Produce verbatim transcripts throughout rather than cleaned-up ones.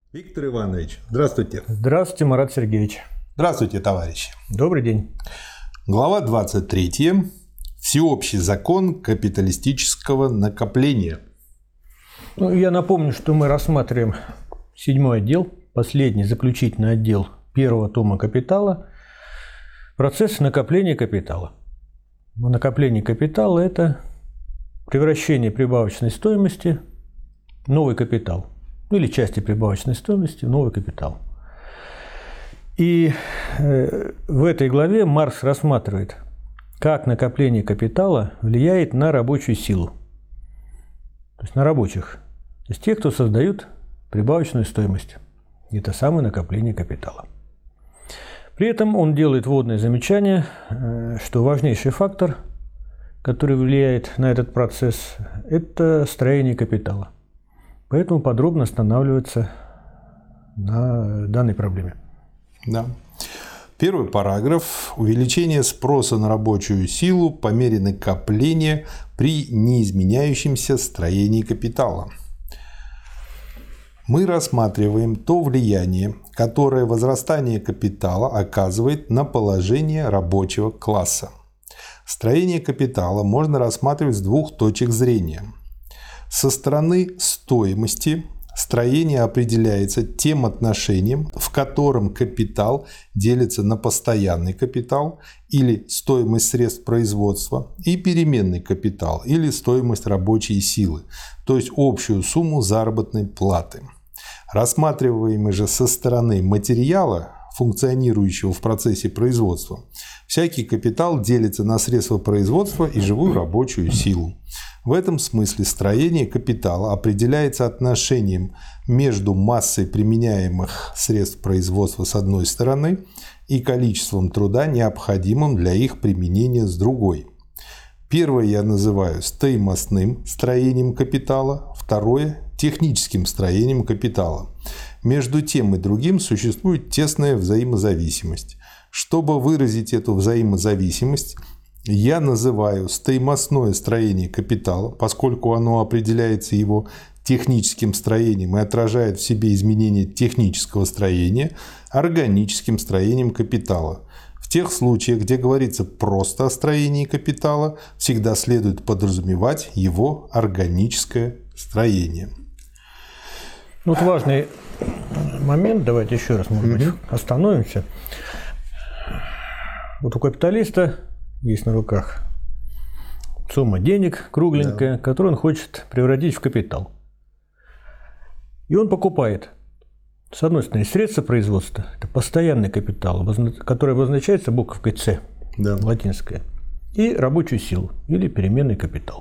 Виктор Иванович, здравствуйте. Здравствуйте, Марат Сергеевич. Здравствуйте, товарищи. Добрый день. Глава двадцать третья. Всеобщий закон капиталистического накопления. Ну, я напомню, что мы рассматриваем седьмой отдел, последний заключительный отдел первого тома «Капитала». Процесс накопления капитала. Накопление капитала – это превращение прибавочной стоимости в новый капитал. Или части прибавочной стоимости в новый капитал. И в этой главе Маркс рассматривает, как накопление капитала влияет на рабочую силу. То есть на рабочих. То есть тех, кто создают прибавочную стоимость. Это самое накопление капитала. При этом он делает вводное замечание, что важнейший фактор, который влияет на этот процесс, это строение капитала. Поэтому подробно останавливается на данной проблеме. Да. Первый параграф. Увеличение спроса на рабочую силу по мере накопления при неизменяющемся строении капитала. Мы рассматриваем то влияние, которое возрастание капитала оказывает на положение рабочего класса. Строение капитала можно рассматривать с двух точек зрения. Со стороны стоимости строение определяется тем отношением, в котором капитал делится на постоянный капитал или стоимость средств производства и переменный капитал или стоимость рабочей силы, то есть общую сумму заработной платы. Рассматриваемый же со стороны материала, функционирующего в процессе производства, всякий капитал делится на средства производства и живую рабочую силу. В этом смысле строение капитала определяется отношением между массой применяемых средств производства с одной стороны и количеством труда, необходимым для их применения с другой. Первое я называю стоимостным строением капитала, второе – техническим строением капитала. Между тем и другим существует тесная взаимозависимость. Чтобы выразить эту взаимозависимость, я называю стоимостное строение капитала, поскольку оно определяется его техническим строением и отражает в себе изменения технического строения, органическим строением капитала. В тех случаях, где говорится просто о строении капитала, всегда следует подразумевать его органическое строение. Вот важный момент, давайте еще раз, может быть, mm-hmm. остановимся. Вот у капиталиста есть на руках сумма денег кругленькая, да. которую он хочет превратить в капитал. И он покупает, с одной стороны, средства производства, это постоянный капитал, который обозначается буковкой С, да. латинская, и рабочую силу, или переменный капитал.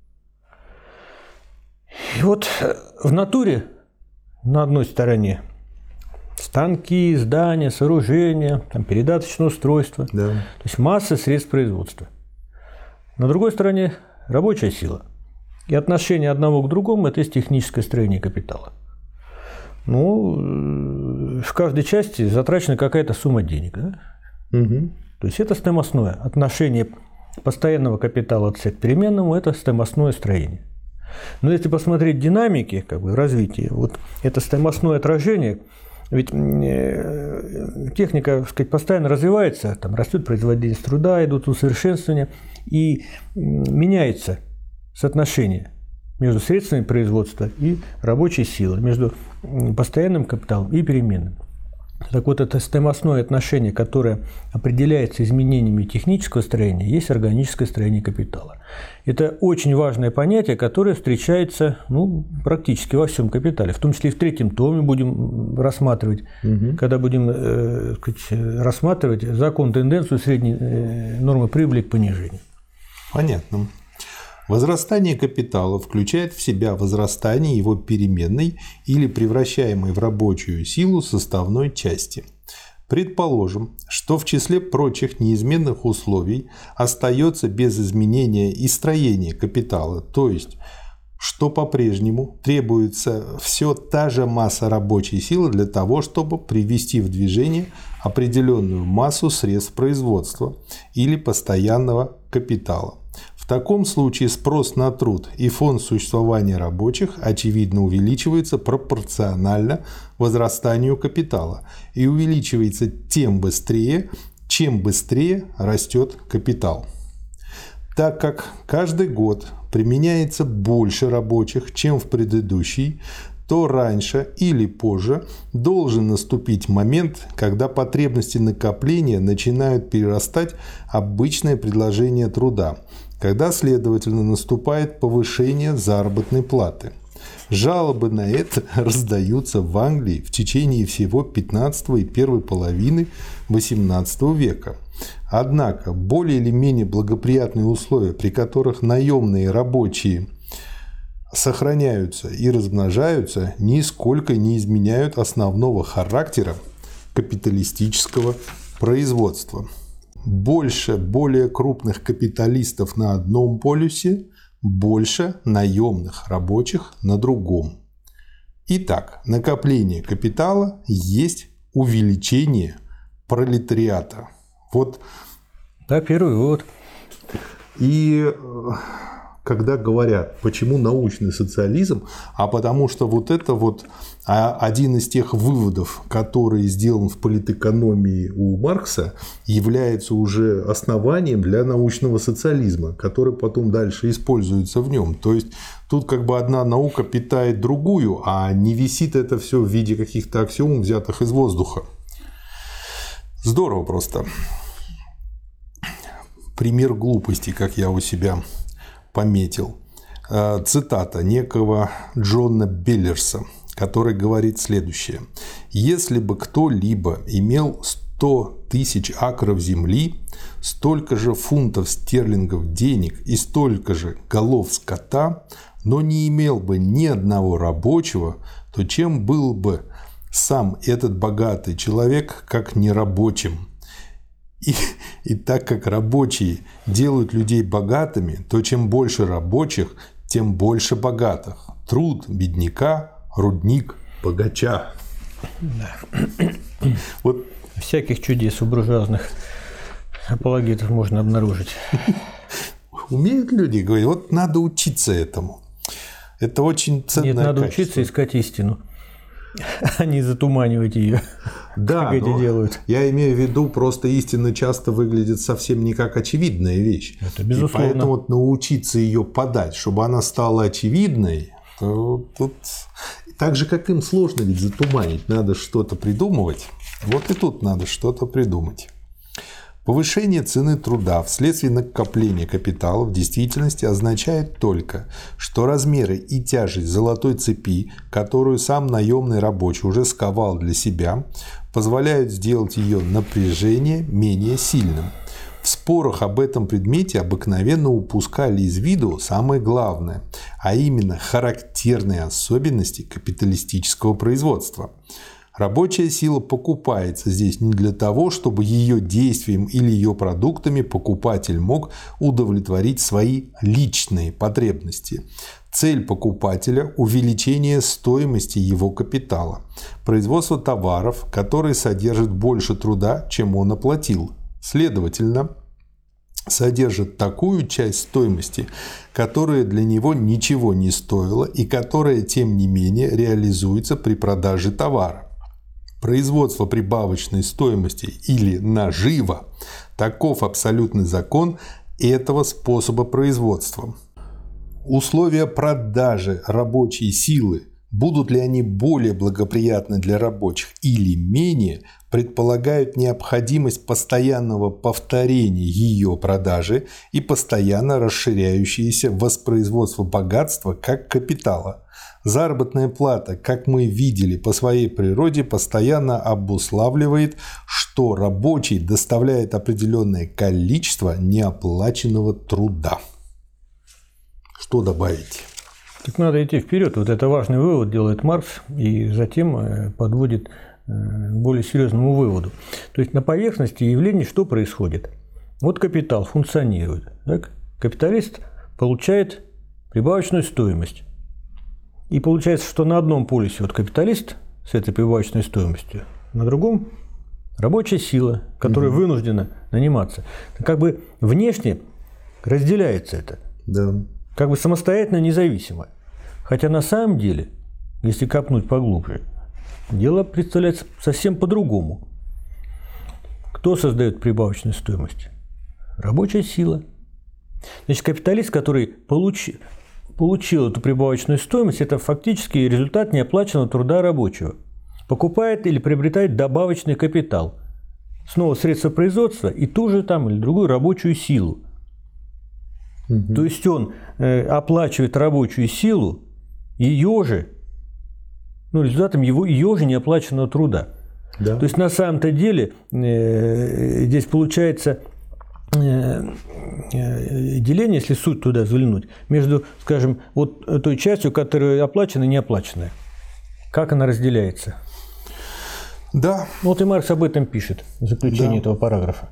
И вот в натуре на одной стороне станки, здания, сооружения, там, передаточное устройство, да. то есть масса средств производства. На другой стороне рабочая сила. И отношение одного к другому – это есть техническое строение капитала. Ну, в каждой части затрачена какая-то сумма денег. Да? Угу. То есть это стоимостное. Отношение постоянного капитала к переменному – это стоимостное строение. Но если посмотреть динамики как бы, развития, вот это стоимостное отражение, ведь техника, так сказать, постоянно развивается, там растет производительность труда, идут усовершенствования, и меняется соотношение между средствами производства и рабочей силой, между постоянным капиталом и переменным. Так вот, это стоимостное отношение, которое определяется изменениями технического строения, есть органическое строение капитала. Это очень важное понятие, которое встречается ну, практически во всем капитале, в том числе и в третьем томе будем рассматривать, угу. когда будем э, сказать, рассматривать закон тенденцию средней э, нормы прибыли к понижению. Понятно. Возрастание капитала включает в себя возрастание его переменной или превращаемой в рабочую силу составной части. Предположим, что в числе прочих неизменных условий остается без изменения и строение капитала, то есть, что по-прежнему требуется все та же масса рабочей силы для того, чтобы привести в движение определенную массу средств производства или постоянного капитала. В таком случае спрос на труд и фонд существования рабочих очевидно увеличивается пропорционально возрастанию капитала и увеличивается тем быстрее, чем быстрее растет капитал. Так как каждый год применяется больше рабочих, чем в предыдущий, то раньше или позже должен наступить момент, когда потребности накопления начинают перерастать обычное предложение труда, когда, следовательно, наступает повышение заработной платы. Жалобы на это раздаются в Англии в течение всего пятнадцатого и первой половины восемнадцатого века. Однако более или менее благоприятные условия, при которых наемные рабочие сохраняются и размножаются, нисколько не изменяют основного характера капиталистического производства. Больше более крупных капиталистов на одном полюсе, больше наемных рабочих на другом. Итак, накопление капитала есть увеличение пролетариата. Вот. Да, первый вывод. И когда говорят, почему научный социализм, а потому что вот это вот один из тех выводов, который сделан в политэкономии у Маркса, является уже основанием для научного социализма, который потом дальше используется в нем. То есть тут как бы одна наука питает другую, а не висит это все в виде каких-то аксиом, взятых из воздуха. Здорово просто. Пример глупости, как я у себя пометил. Цитата некого Джона Беллерса, который говорит следующее. «Если бы кто-либо имел сто тысяч акров земли, столько же фунтов стерлингов денег и столько же голов скота, но не имел бы ни одного рабочего, то чем был бы сам этот богатый человек, как нерабочим? И, и так как рабочие делают людей богатыми, то чем больше рабочих, тем больше богатых. Труд бедняка, рудник богача». Да. Вот. Всяких чудес у буржуазных апологетов можно обнаружить. Умеют люди говорить, вот надо учиться этому. Это очень ценное Нет, надо качество. учиться искать истину, а не затуманивать ее, да, как эти делают. Я имею в виду, просто истина часто выглядит совсем не как очевидная вещь. Это безусловно. И поэтому вот научиться ее подать, чтобы она стала очевидной, то тут так же, как им сложно ведь затуманить, надо что-то придумывать. Вот и тут надо что-то придумать. Повышение цены труда вследствие накопления капитала в действительности означает только, что размеры и тяжесть золотой цепи, которую сам наемный рабочий уже сковал для себя, позволяют сделать ее напряжение менее сильным. В спорах об этом предмете обыкновенно упускали из виду самое главное, а именно характерные особенности капиталистического производства. Рабочая сила покупается здесь не для того, чтобы ее действием или ее продуктами покупатель мог удовлетворить свои личные потребности. Цель покупателя – увеличение стоимости его капитала, производство товаров, которые содержат больше труда, чем он оплатил. Следовательно, содержит такую часть стоимости, которая для него ничего не стоила и которая, тем не менее, реализуется при продаже товара. Производство прибавочной стоимости или нажива – таков абсолютный закон этого способа производства. Условия продажи рабочей силы, будут ли они более благоприятны для рабочих или менее, предполагают необходимость постоянного повторения ее продажи и постоянно расширяющееся воспроизводство богатства как капитала. Заработная плата, как мы видели, по своей природе постоянно обуславливает, что рабочий доставляет определенное количество неоплаченного труда. Что добавить? Так надо идти вперед. Вот это важный вывод делает Маркс и затем подводит к более серьезному выводу. То есть на поверхности явлений что происходит? Вот капитал функционирует. Так? Капиталист получает прибавочную стоимость. И получается, что на одном полюсе вот капиталист с этой прибавочной стоимостью, на другом рабочая сила, которая угу. вынуждена наниматься. Как бы внешне разделяется это. Да. Как бы самостоятельно, независимо. Хотя на самом деле, если копнуть поглубже, дело представляется совсем по-другому. Кто создает прибавочную стоимость? Рабочая сила. Значит, капиталист, который получ... получил эту прибавочную стоимость, это фактически результат неоплаченного труда рабочего. Покупает или приобретает добавочный капитал. Снова средства производства и ту же там или другую рабочую силу. Угу. То есть он э, оплачивает рабочую силу ее же, ну, результатом его, ее же неоплаченного труда. Да. То есть на самом-то деле э, здесь получается э, э, деление, если суть туда взглянуть, между, скажем, вот той частью, которая оплачена и неоплаченная. Как она разделяется? Да. Вот и Маркс об этом пишет в заключении да. этого параграфа.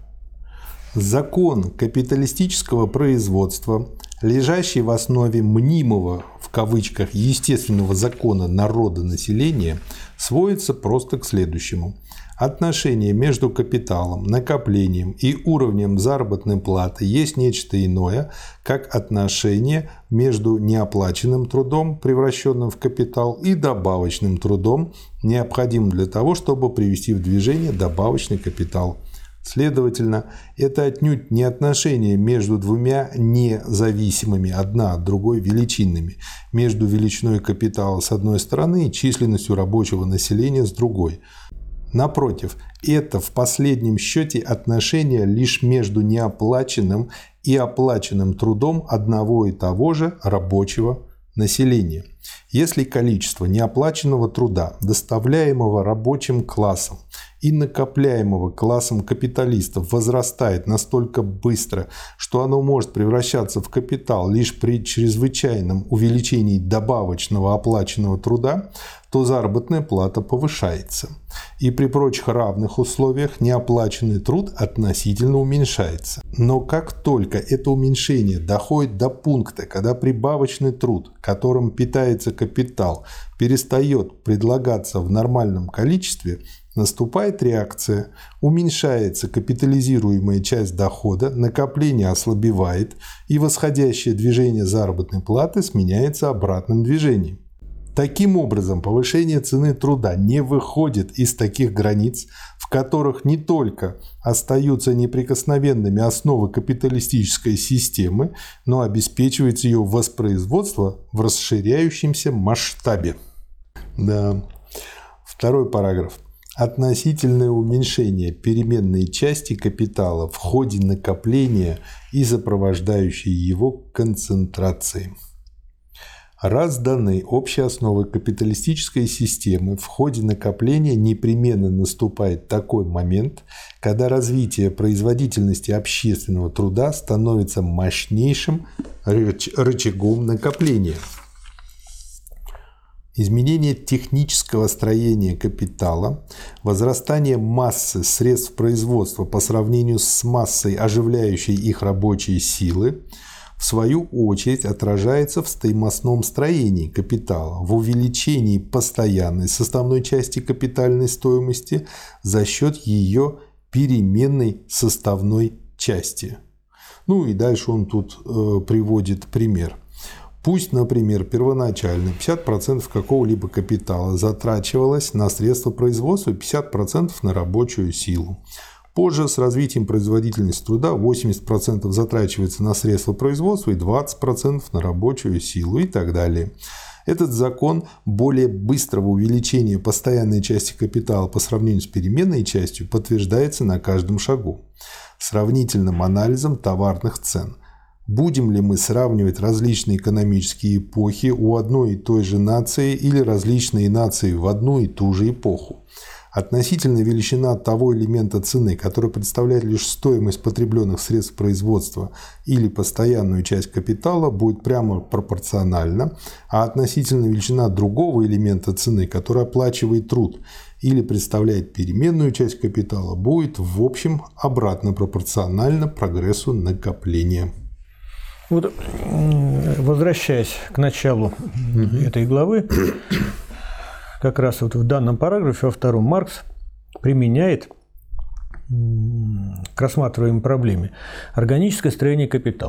Закон капиталистического производства, лежащий в основе мнимого, в кавычках, естественного закона народа-населения, сводится просто к следующему. Отношение между капиталом, накоплением и уровнем заработной платы есть нечто иное, как отношение между неоплаченным трудом, превращенным в капитал, и добавочным трудом, необходимым для того, чтобы привести в движение добавочный капитал. Следовательно, это отнюдь не отношение между двумя независимыми одна от другой величинами, между величиной капитала с одной стороны и численностью рабочего населения с другой. Напротив, это в последнем счете отношение лишь между неоплаченным и оплаченным трудом одного и того же рабочего населения. Если количество неоплаченного труда, доставляемого рабочим классом и накопляемого классом капиталистов, возрастает настолько быстро, что оно может превращаться в капитал лишь при чрезвычайном увеличении добавочного оплаченного труда, то заработная плата повышается. И при прочих равных условиях неоплаченный труд относительно уменьшается. Но как только это уменьшение доходит до пункта, когда прибавочный труд, которым питается капитал, перестает предлагаться в нормальном количестве, наступает реакция, уменьшается капитализируемая часть дохода, накопление ослабевает, и восходящее движение заработной платы сменяется обратным движением. Таким образом, повышение цены труда не выходит из таких границ, в которых не только остаются неприкосновенными основы капиталистической системы, но обеспечивается ее воспроизводство в расширяющемся масштабе. Да. Второй параграф. Относительное уменьшение переменной части капитала в ходе накопления и сопровождающей его концентрации. Раз даны общие основы капиталистической системы, в ходе накопления непременно наступает такой момент, когда развитие производительности общественного труда становится мощнейшим рычагом накопления. Изменение технического строения капитала, возрастание массы средств производства по сравнению с массой оживляющей их рабочей силы, в свою очередь отражается в стоимостном строении капитала, в увеличении постоянной составной части капитальной стоимости за счет ее переменной составной части. Ну и дальше он тут э, приводит пример. Пусть, например, первоначально пятьдесят процентов какого-либо капитала затрачивалось на средства производства и пятьдесят процентов на рабочую силу. Позже с развитием производительности труда восемьдесят процентов затрачивается на средства производства и двадцать процентов на рабочую силу и так далее. Этот закон более быстрого увеличения постоянной части капитала по сравнению с переменной частью подтверждается на каждом шагу сравнительным анализом товарных цен. Будем ли мы сравнивать различные экономические эпохи у одной и той же нации или различные нации в одну и ту же эпоху? Относительная величина того элемента цены, который представляет лишь стоимость потребленных средств производства или постоянную часть капитала, будет прямо пропорциональна, а относительная величина другого элемента цены, который оплачивает труд или представляет переменную часть капитала, будет в общем обратно пропорциональна прогрессу накопления. Вот, возвращаясь к началу угу. этой главы, как раз вот в данном параграфе, во втором, Маркс применяет к рассматриваемой проблеме органическое строение капитала.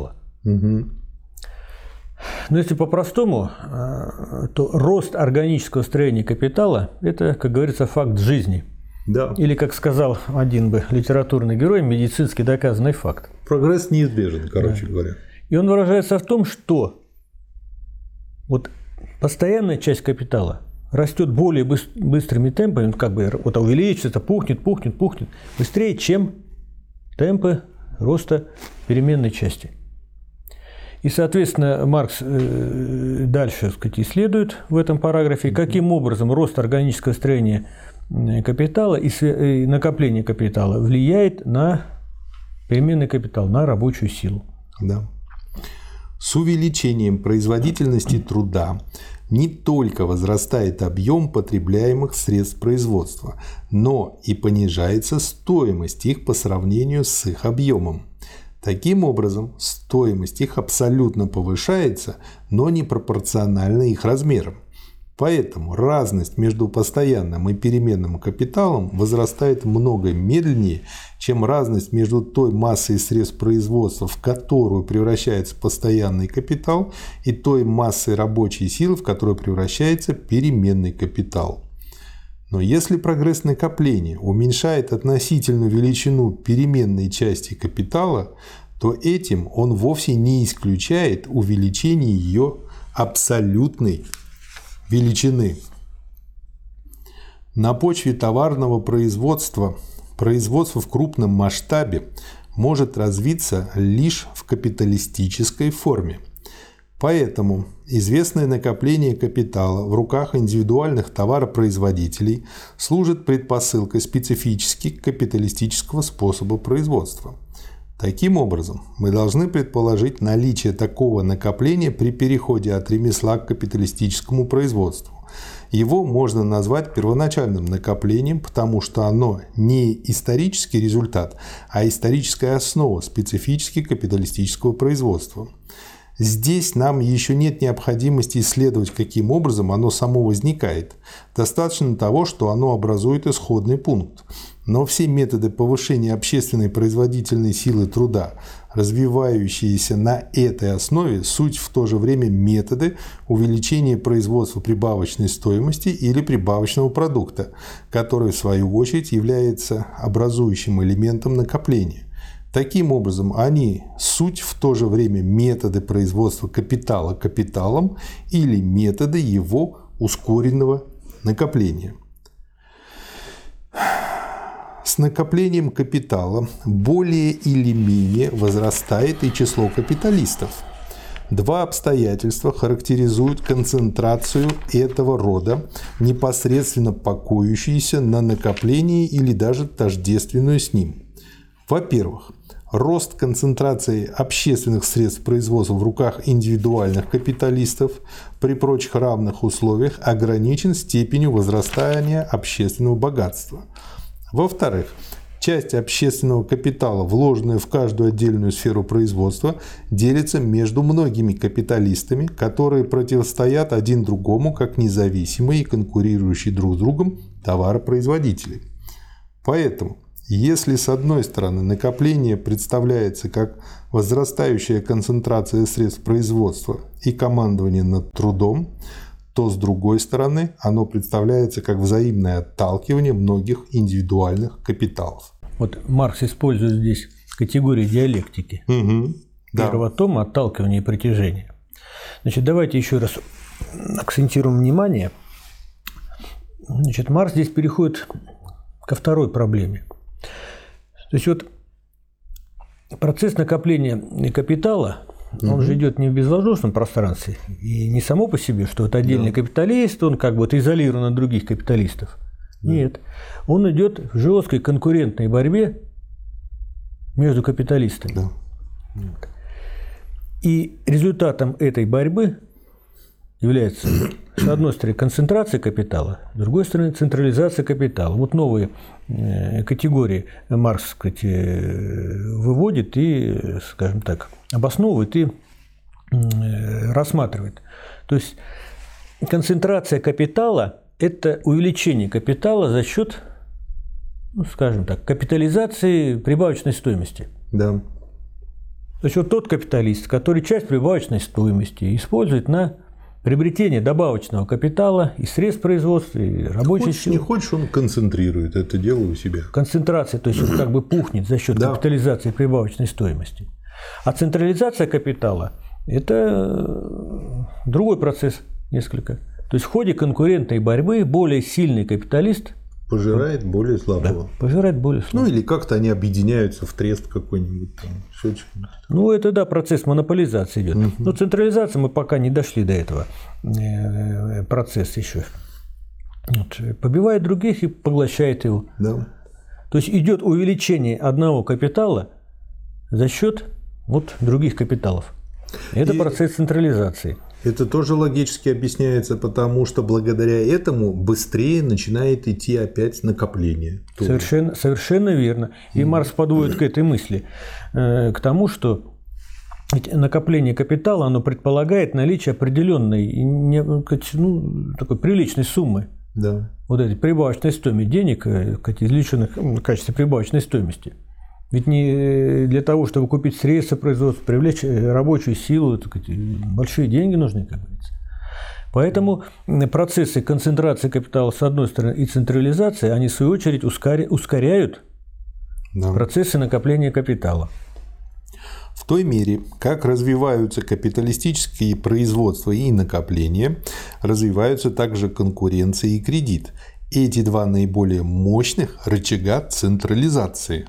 Угу. Но если по-простому, то рост органического строения капитала – это, как говорится, факт жизни. Да. Или, как сказал один бы литературный герой, медицински доказанный факт. Прогресс неизбежен, короче да. говоря. И он выражается в том, что вот постоянная часть капитала растет более быстрыми темпами, как бы вот увеличивается, пухнет, пухнет, пухнет, быстрее, чем темпы роста переменной части. И, соответственно, Маркс дальше, так сказать, исследует в этом параграфе, каким образом рост органического строения капитала и накопление капитала влияет на переменный капитал, на рабочую силу. Да. С увеличением производительности труда не только возрастает объем потребляемых средств производства, но и понижается стоимость их по сравнению с их объемом. Таким образом, стоимость их абсолютно повышается, но не пропорционально их размерам. Поэтому разность между постоянным и переменным капиталом возрастает много медленнее, чем разность между той массой средств производства, в которую превращается постоянный капитал, и той массой рабочей силы, в которую превращается переменный капитал. Но если прогресс накопления уменьшает относительную величину переменной части капитала, то этим он вовсе не исключает увеличение ее абсолютной величины. На почве товарного производства производство в крупном масштабе может развиться лишь в капиталистической форме. Поэтому известное накопление капитала в руках индивидуальных товаропроизводителей служит предпосылкой специфически капиталистического способа производства. Таким образом, мы должны предположить наличие такого накопления при переходе от ремесла к капиталистическому производству. Его можно назвать первоначальным накоплением, потому что оно не исторический результат, а историческая основа специфически капиталистического производства. Здесь нам еще нет необходимости исследовать, каким образом оно само возникает. Достаточно того, что оно образует исходный пункт. Но все методы повышения общественной производительной силы труда, развивающиеся на этой основе, суть в то же время методы увеличения производства прибавочной стоимости или прибавочного продукта, который в свою очередь является образующим элементом накопления. Таким образом, они суть в то же время методы производства капитала капиталом или методы его ускоренного накопления. С накоплением капитала более или менее возрастает и число капиталистов. Два обстоятельства характеризуют концентрацию этого рода, непосредственно покоящуюся на накоплении или даже тождественную с ним. Во-первых, рост концентрации общественных средств производства в руках индивидуальных капиталистов при прочих равных условиях ограничен степенью возрастания общественного богатства. Во-вторых, часть общественного капитала, вложенная в каждую отдельную сферу производства, делится между многими капиталистами, которые противостоят один другому как независимые и конкурирующие друг с другом товаропроизводители. Поэтому, если с одной стороны накопление представляется как возрастающая концентрация средств производства и командование над трудом, то с другой стороны оно представляется как взаимное отталкивание многих индивидуальных капиталов. Вот Маркс использует здесь категории диалектики. Угу. Первого да. тома «Отталкивание и притяжение». Значит, давайте еще раз акцентируем внимание. Значит, Маркс здесь переходит ко второй проблеме. То есть вот процесс накопления капитала, он угу. же идет не в безвоздушном пространстве и не само по себе, что вот отдельный да. капиталист, он как бы вот изолирован от других капиталистов. Да. Нет, он идет в жесткой конкурентной борьбе между капиталистами. Да. Вот. И результатом этой борьбы является, с одной стороны, концентрация капитала, с другой стороны, централизация капитала. Вот новые категории Маркс, сказать, выводит и, скажем так, обосновывает и рассматривает. То есть концентрация капитала – это увеличение капитала за счет, ну, скажем так, капитализации прибавочной стоимости. Да. То есть вот тот капиталист, который часть прибавочной стоимости использует на приобретение добавочного капитала и средств производства, и рабочей хочешь, силы. Не хочешь, он концентрирует это дело у себя. Концентрация, то есть он как бы пухнет за счет да. капитализации прибавочной стоимости. А централизация капитала – это другой процесс несколько. То есть в ходе конкурентной борьбы более сильный капиталист пожирает более слабого. Да, пожирает более слабого. Ну или как-то они объединяются в трест какой-нибудь там. Ну это да, процесс монополизации идет. Угу. Но централизация мы пока не дошли до этого процесса еще. Вот. Побивает других и поглощает его. Да. То есть идет увеличение одного капитала за счет вот других капиталов. Это и процесс централизации. Это тоже логически объясняется, потому что благодаря этому быстрее начинает идти опять накопление. Совершенно, совершенно верно. И Маркс подводит к этой мысли, к тому, что накопление капитала оно предполагает наличие определенной, ну, такой приличной суммы. Да. Вот этой прибавочной стоимости денег, извлеченных в качестве прибавочной стоимости. Ведь не для того, чтобы купить средства производства, привлечь рабочую силу, так сказать, большие деньги нужны, как говорится. Поэтому процессы концентрации капитала с одной стороны и централизации, они в свою очередь ускоряют да. процессы накопления капитала. В той мере, как развиваются капиталистические производства и накопления, развиваются также конкуренция и кредит. Эти два наиболее мощных рычага централизации.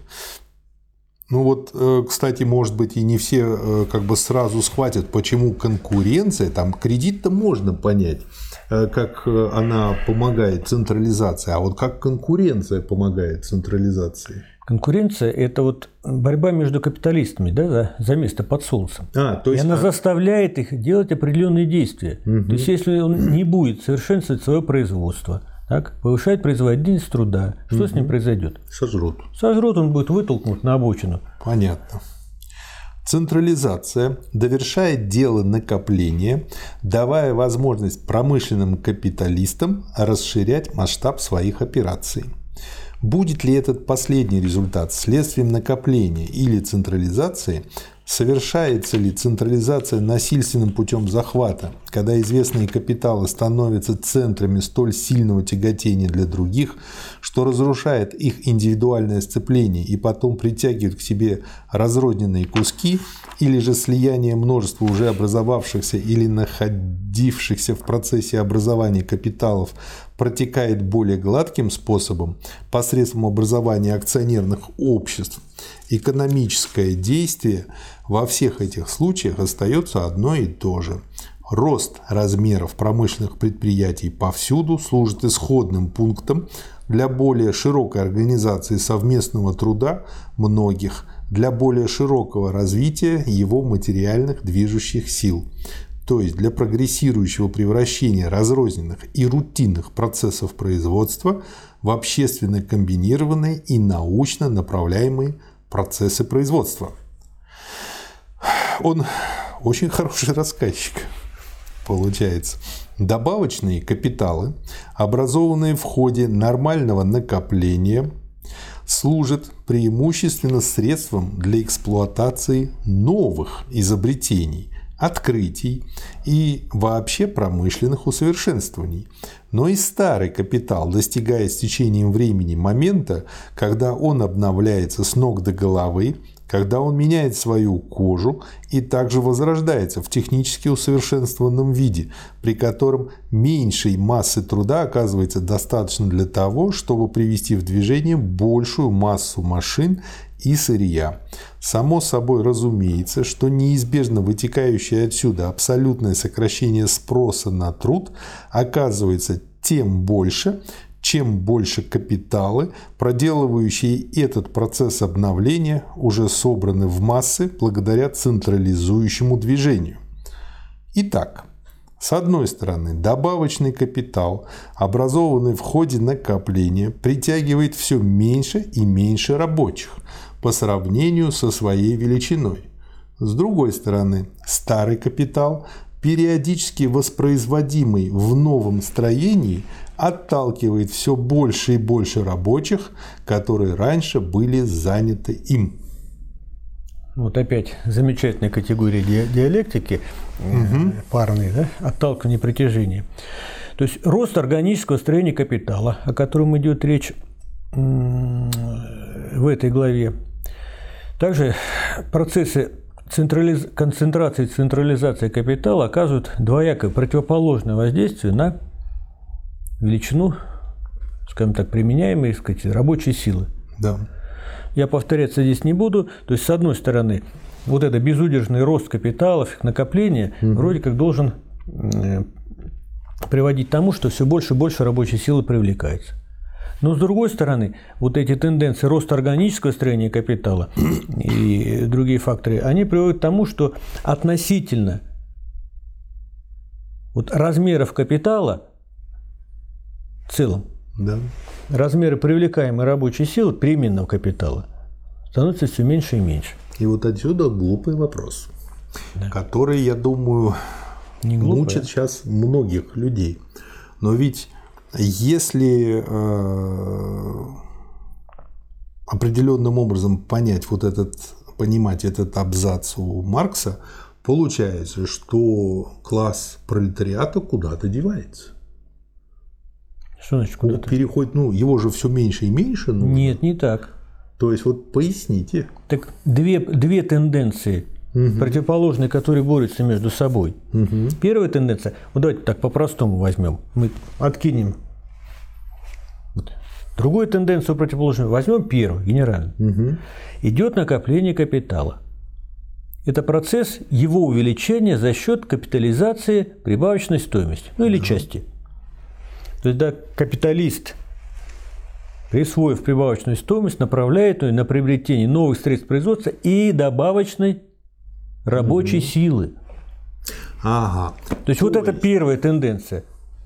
Ну вот, кстати, может быть, и не все как бы сразу схватят, почему конкуренция, там кредит-то можно понять, как она помогает централизации, а вот как конкуренция помогает централизации. Конкуренция – это вот борьба между капиталистами, да, за, за место под солнцем. А, то есть, и она а... заставляет их делать определенные действия. Угу. То есть, если он не будет совершенствовать свое производство, так, повышает производительность труда, что угу. с ним произойдет? Сожрут. Сожрут, он будет вытолкнут на обочину. Понятно. Централизация довершает дело накопления, давая возможность промышленным капиталистам расширять масштаб своих операций. Будет ли этот последний результат следствием накопления или централизации? Совершается ли централизация насильственным путем захвата, когда известные капиталы становятся центрами столь сильного тяготения для других, что разрушает их индивидуальное сцепление и потом притягивает к себе разрозненные куски, или же слияние множества уже образовавшихся или находившихся в процессе образования капиталов протекает более гладким способом посредством образования акционерных обществ? Экономическое действие во всех этих случаях остается одно и то же. Рост размеров промышленных предприятий повсюду служит исходным пунктом для более широкой организации совместного труда многих, для более широкого развития его материальных движущих сил, то есть для прогрессирующего превращения разрозненных и рутинных процессов производства в общественно комбинированные и научно направляемые процессы производства. Он очень хороший рассказчик, получается. Добавочные капиталы, образованные в ходе нормального накопления, служат преимущественно средством для эксплуатации новых изобретений, открытий и вообще промышленных усовершенствований. Но и старый капитал достигает с течением времени момента, когда он обновляется с ног до головы, когда он меняет свою кожу и также возрождается в технически усовершенствованном виде, при котором меньшей массы труда оказывается достаточно для того, чтобы привести в движение большую массу машин и сырья. Само собой разумеется, что неизбежно вытекающее отсюда абсолютное сокращение спроса на труд оказывается тем больше, чем больше капиталы, проделывающие этот процесс обновления, уже собраны в массы благодаря централизующему движению. Итак, с одной стороны, добавочный капитал, образованный в ходе накопления, притягивает все меньше и меньше рабочих по сравнению со своей величиной. С другой стороны, старый капитал, периодически воспроизводимый в новом строении, отталкивает все больше и больше рабочих, которые раньше были заняты им. Вот опять замечательная категория ди- диалектики, угу. парные, да? Отталкивание, притяжение. То есть рост органического строения капитала, о котором идет речь в этой главе. Также процессы централиз... концентрации и централизации капитала оказывают двоякое противоположное воздействие на величину, скажем так, применяемой, так сказать, рабочей силы. Да. Я повторяться здесь не буду. То есть, с одной стороны, вот это безудержный рост капиталов, их накопление, угу. вроде как должен приводить к тому, что все больше и больше рабочей силы привлекается. Но, с другой стороны, вот эти тенденции роста органического строения капитала и другие факторы, они приводят к тому, что относительно вот размеров капитала в целом, да. размеры привлекаемой рабочей силы переменного капитала становятся все меньше и меньше. И вот отсюда глупый вопрос, да. который, я думаю, Не глупый, мучит а? сейчас многих людей. Но ведь если э, определенным образом понять вот этот, понимать этот абзац у Маркса, получается, что класс пролетариата куда-то девается. Что значит куда-то? Переходит, ну, его же все меньше и меньше. Нужно. Нет, не так. То есть, вот поясните. Так две, две тенденции, угу. противоположные, которые борются между собой. Угу. Первая тенденция, вот давайте так по-простому возьмем, мы откинем. Вот. Другую тенденцию противоположную возьмем первую, генеральную. Угу. Идет накопление капитала. Это процесс его увеличения за счет капитализации прибавочной стоимости, ну или да. части. То есть, да, капиталист, присвоив прибавочную стоимость, направляет ее на приобретение новых средств производства и добавочной рабочей угу. силы. Ага. То есть, То вот есть... это первая тенденция.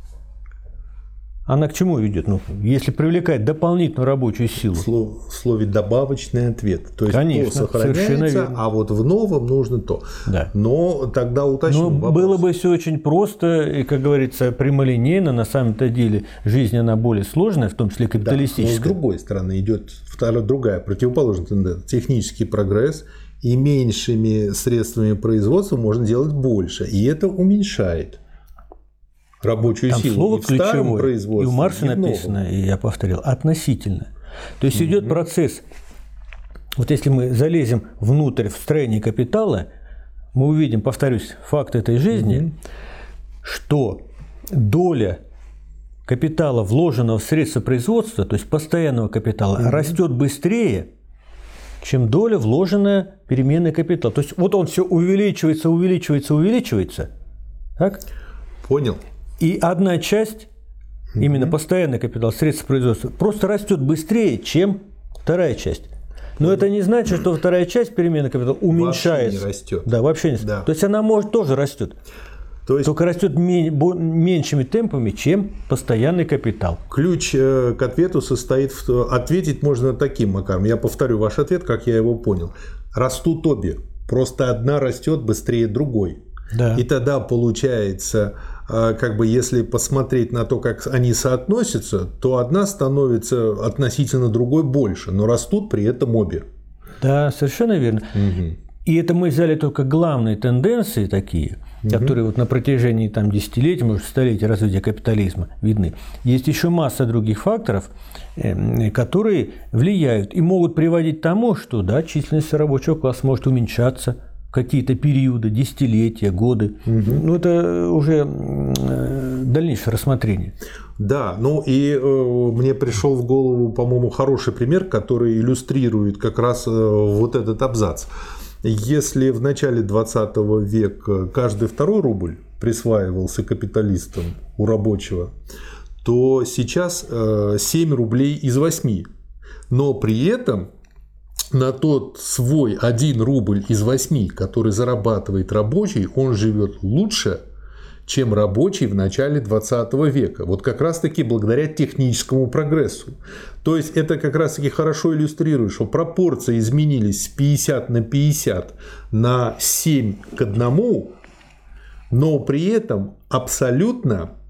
Она к чему ведет? Ну, если привлекать дополнительную рабочую силу. В слове «добавочный ответ». То есть, конечно, то сохраняется, а вот в новом нужно то. Да. Но тогда уточним Но вопрос. Было бы все очень просто и, как говорится, прямолинейно. На самом-то деле жизнь, она более сложная, в том числе капиталистическая. Да, но с другой стороны идет вторая, другая, противоположная тенденция. Технический прогресс, и меньшими средствами производства можно делать больше. И это уменьшает рабочую Там силу. Слово и в старом ключевое, производстве, и у Маркса и в написано, и я повторил, относительно. То есть, mm-hmm. идет процесс, вот если мы залезем внутрь в строение капитала, мы увидим, повторюсь, факт этой жизни, mm-hmm. что доля капитала, вложенного в средства производства, то есть постоянного капитала, mm-hmm. растет быстрее, чем доля, вложенная в переменный капитал. То есть, вот он все увеличивается, увеличивается, увеличивается. Так? Понял. И одна часть, именно mm-hmm. постоянный капитал, средства производства, просто растет быстрее, чем вторая часть. Но mm-hmm. это не значит, что вторая часть перемены капитала уменьшается. Вообще не растет. Да, вообще не растет. Да. То есть она может тоже растет. То есть... Только растет меньшими темпами, чем постоянный капитал. Ключ к ответу состоит в... Ответить можно таким макаром. Я повторю ваш ответ, как я его понял. Растут обе. Просто одна растет быстрее другой. Да. И тогда получается, как бы, если посмотреть на то, как они соотносятся, то одна становится относительно другой больше, но растут при этом обе. Да, совершенно верно. Угу. И это мы взяли только главные тенденции такие, угу. которые вот на протяжении там, десятилетий, может, столетий развития капитализма видны. Есть еще масса других факторов, которые влияют и могут приводить к тому, что да, численность рабочего класса может уменьшаться, какие-то периоды, десятилетия, годы. Угу. Ну, это уже дальнейшее рассмотрение. Да, ну и э, мне пришел в голову, по-моему, хороший пример, который иллюстрирует как раз э, вот этот абзац. Если в начале двадцатого века каждый второй рубль присваивался капиталистам у рабочего, то сейчас э, семь рублей из восьми. Но при этом на тот свой один рубль из восьми, который зарабатывает рабочий, он живет лучше, чем рабочий в начале двадцатого века. Вот как раз-таки благодаря техническому прогрессу. То есть это как раз-таки хорошо иллюстрирует, что пропорции изменились с пятьдесят на пятьдесят на семь к одному, но при этом абсолютно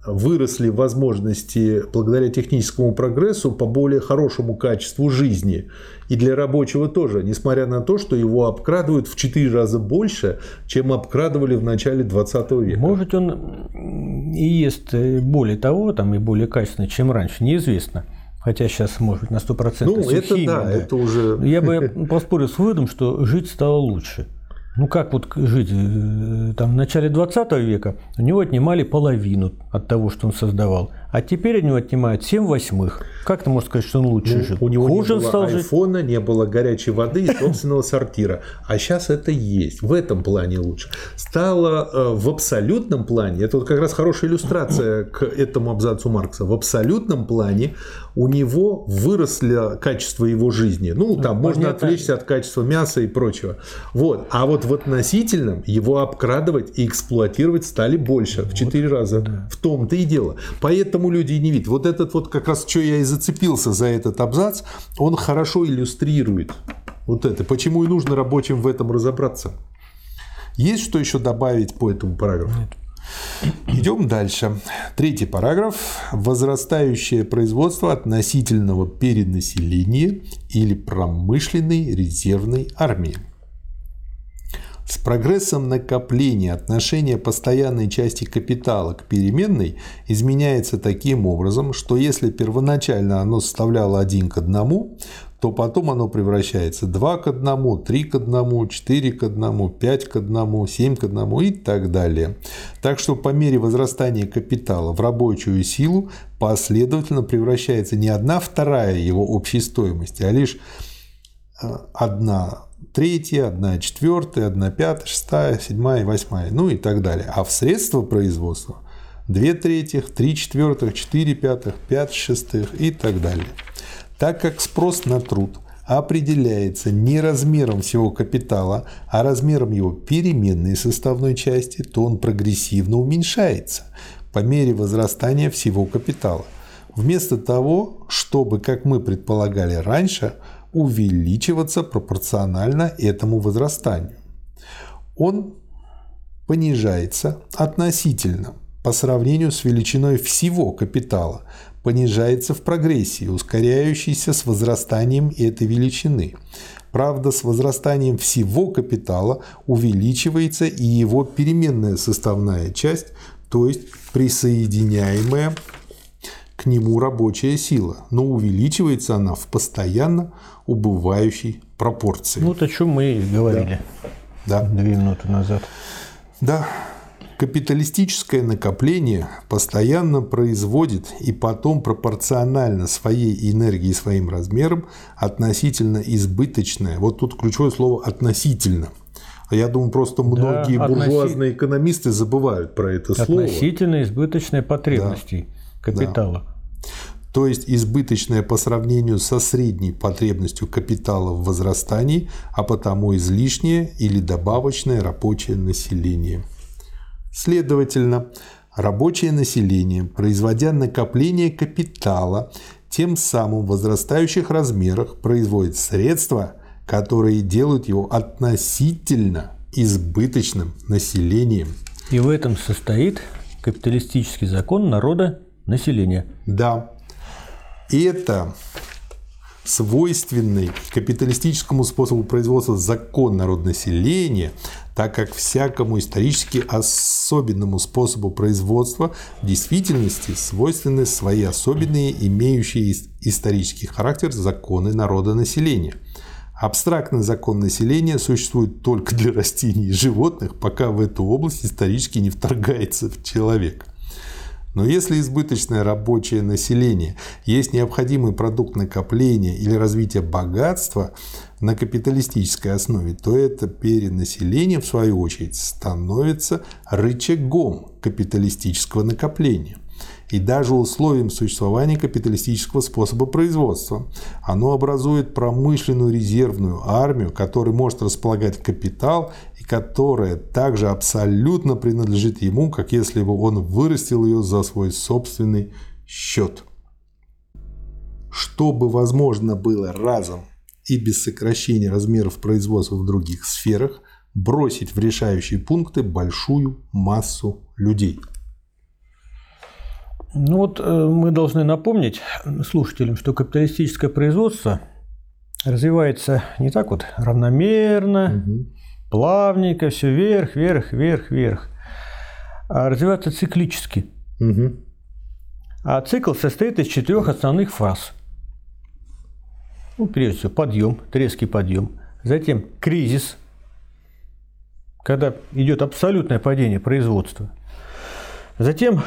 выросли возможности благодаря техническому прогрессу по более хорошему качеству жизни. И для рабочего тоже, несмотря на то, что его обкрадывают в четыре раза больше, чем обкрадывали в начале двадцатого века. Может, он и ест более того, там, и более качественно, чем раньше, неизвестно. Хотя сейчас, может быть, на сто процентов Ну, это химия, да, да, это уже... Я бы поспорил с выводом, что жить стало лучше. Ну, как вот жить? Там, в начале двадцатого века у него отнимали половину от того, что он создавал. А теперь у него отнимают семь восьмых. Как ты можешь сказать, что он лучше Ну, жил? у него Хуже не было стал жить? айфона, не было горячей воды и собственного сортира. А сейчас это есть. В этом плане лучше. Стало э, в абсолютном плане, это вот как раз хорошая иллюстрация к этому абзацу Маркса, в абсолютном плане у него выросло качество его жизни. Ну, там ну, можно понятно. Отвлечься от качества мяса и прочего. Вот. А вот в относительном его обкрадывать и эксплуатировать стали больше, в четыре вот, раза. Да. В том-то и дело. Поэтому люди и не видят. Вот этот вот как раз, что я и зацепился за этот абзац, он хорошо иллюстрирует вот это. Почему и нужно рабочим в этом разобраться. Есть что еще добавить по этому параграфу? Нет. Идем дальше. Третий параграф. Возрастающее производство относительного перенаселения или промышленной резервной армии. С прогрессом накопления отношение постоянной части капитала к переменной изменяется таким образом, что если первоначально оно составляло один к одному, то потом оно превращается два к одному, три к одному, четыре к одному, пять к одному, семь к одному и так далее. Так что по мере возрастания капитала в рабочую силу последовательно превращается не одна вторая его общей стоимости, а лишь одна третья, одна четвертая, одна пятая, шестая, седьмая, восьмая, ну и так далее. А в средства производства две трети, три четвертых, четыре пятых, пять шестых и так далее. Так как спрос на труд определяется не размером всего капитала, а размером его переменной составной части, то он прогрессивно уменьшается по мере возрастания всего капитала. Вместо того, чтобы, как мы предполагали раньше, увеличиваться пропорционально этому возрастанию. Он понижается относительно по сравнению с величиной всего капитала, понижается в прогрессии, ускоряющейся с возрастанием этой величины. Правда, с возрастанием всего капитала увеличивается и его переменная составная часть, то есть присоединяемая к нему рабочая сила, но увеличивается она в постоянно убывающей пропорции. Ну, вот о чем мы и говорили да. две минуты назад. Да. Капиталистическое накопление постоянно производит и потом пропорционально своей энергии и своим размерам относительно избыточное. Вот тут ключевое слово «относительно». Я думаю, просто многие да, буржуазные относи... экономисты забывают про это слово. Относительно избыточной потребностей да. капитала. Да. То есть избыточное по сравнению со средней потребностью капитала в возрастании, а потому излишнее или добавочное рабочее население. Следовательно, рабочее население, производя накопление капитала, тем самым в возрастающих размерах производит средства, которые делают его относительно избыточным населением. И в этом состоит капиталистический закон народа населения. Да. И это свойственный капиталистическому способу производства закон народонаселения, так как всякому исторически особенному способу производства в действительности свойственны свои особенные, имеющие исторический характер законы народонаселения. Абстрактный закон населения существует только для растений и животных, пока в эту область исторически не вторгается в человека. Но если избыточное рабочее население есть необходимый продукт накопления или развития богатства на капиталистической основе, то это перенаселение, в свою очередь, становится рычагом капиталистического накопления и даже условием существования капиталистического способа производства. Оно образует промышленную резервную армию, которая может располагать капитал и которая также абсолютно принадлежит ему, как если бы он вырастил ее за свой собственный счет. Чтобы возможно было разом и без сокращения размеров производства в других сферах бросить в решающие пункты большую массу людей. Ну вот мы должны напомнить слушателям, что капиталистическое производство развивается не так вот равномерно, угу. плавненько, все вверх, вверх, вверх, вверх, а развивается циклически. Угу. А цикл состоит из четырех основных фаз. Ну, прежде всего, подъем, резкий подъем. Затем кризис, когда идет абсолютное падение производства. Затем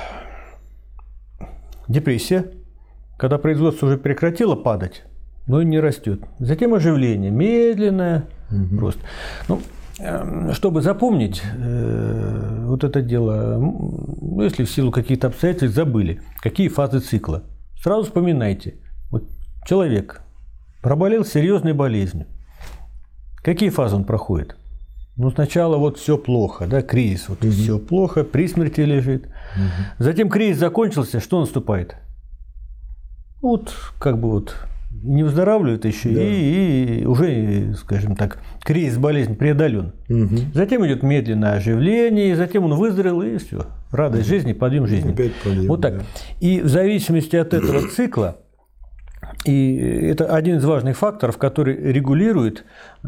депрессия, когда производство уже прекратило падать, но и не растет. Затем оживление, медленное, угу. просто. Ну, чтобы запомнить э, вот это дело, ну, если в силу каких-то обстоятельств забыли, какие фазы цикла, сразу вспоминайте. Вот человек проболел серьезной болезнью. Какие фазы он проходит? Ну, сначала вот все плохо, да, кризис, вот угу. все плохо, при смерти лежит. Угу. Затем кризис закончился, что наступает? Вот, как бы вот не выздоравливает еще, да. и, и уже, скажем так, кризис, болезнь преодолен. Угу. Затем идет медленное оживление, затем он выздоровел, и все. Радость угу. жизни, подъем жизни. Опять подъем, вот так. Да. И в зависимости от этого цикла, и это один из важных факторов, который регулирует,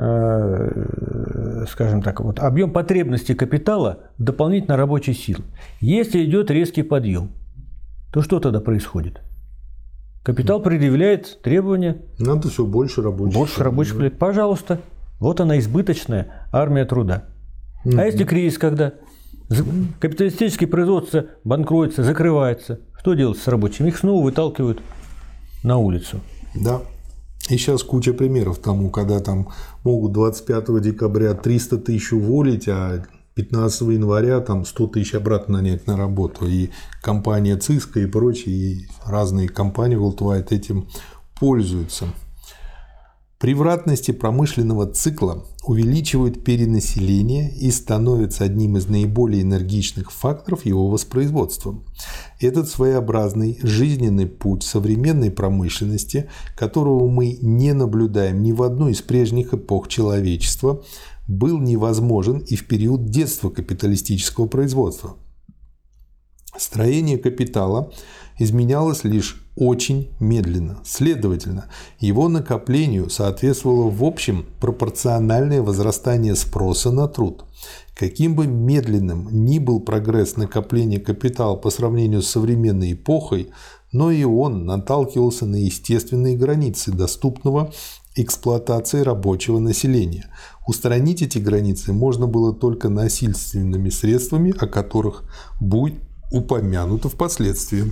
э, скажем так, вот, объем потребностей капитала в дополнительной рабочей силы. Если идет резкий подъем, то что тогда происходит? Капитал предъявляет требования. Надо все больше рабочих. Больше рабочих. Да. Пожалуйста. Вот она, избыточная армия труда. Mm-hmm. А если кризис, когда капиталистическое производство банкротится, закрывается, что делать с рабочими? Их снова выталкивают на улицу. Да. И сейчас куча примеров тому, когда там могут двадцать пятого декабря триста тысяч уволить, а пятнадцатого января там сто тысяч обратно нанять на работу. И компания Cisco и прочие, и разные компании Worldwide этим пользуются. Превратности промышленного цикла увеличивают перенаселение и становятся одним из наиболее энергичных факторов его воспроизводства. Этот своеобразный жизненный путь современной промышленности, которого мы не наблюдаем ни в одной из прежних эпох человечества, был невозможен и в период детства капиталистического производства. Строение капитала изменялось лишь очень медленно. Следовательно, его накоплению соответствовало в общем пропорциональное возрастание спроса на труд. Каким бы медленным ни был прогресс накопления капитала по сравнению с современной эпохой, но и он наталкивался на естественные границы доступного эксплуатации рабочего населения. Устранить эти границы можно было только насильственными средствами, о которых будет упомянуто впоследствии.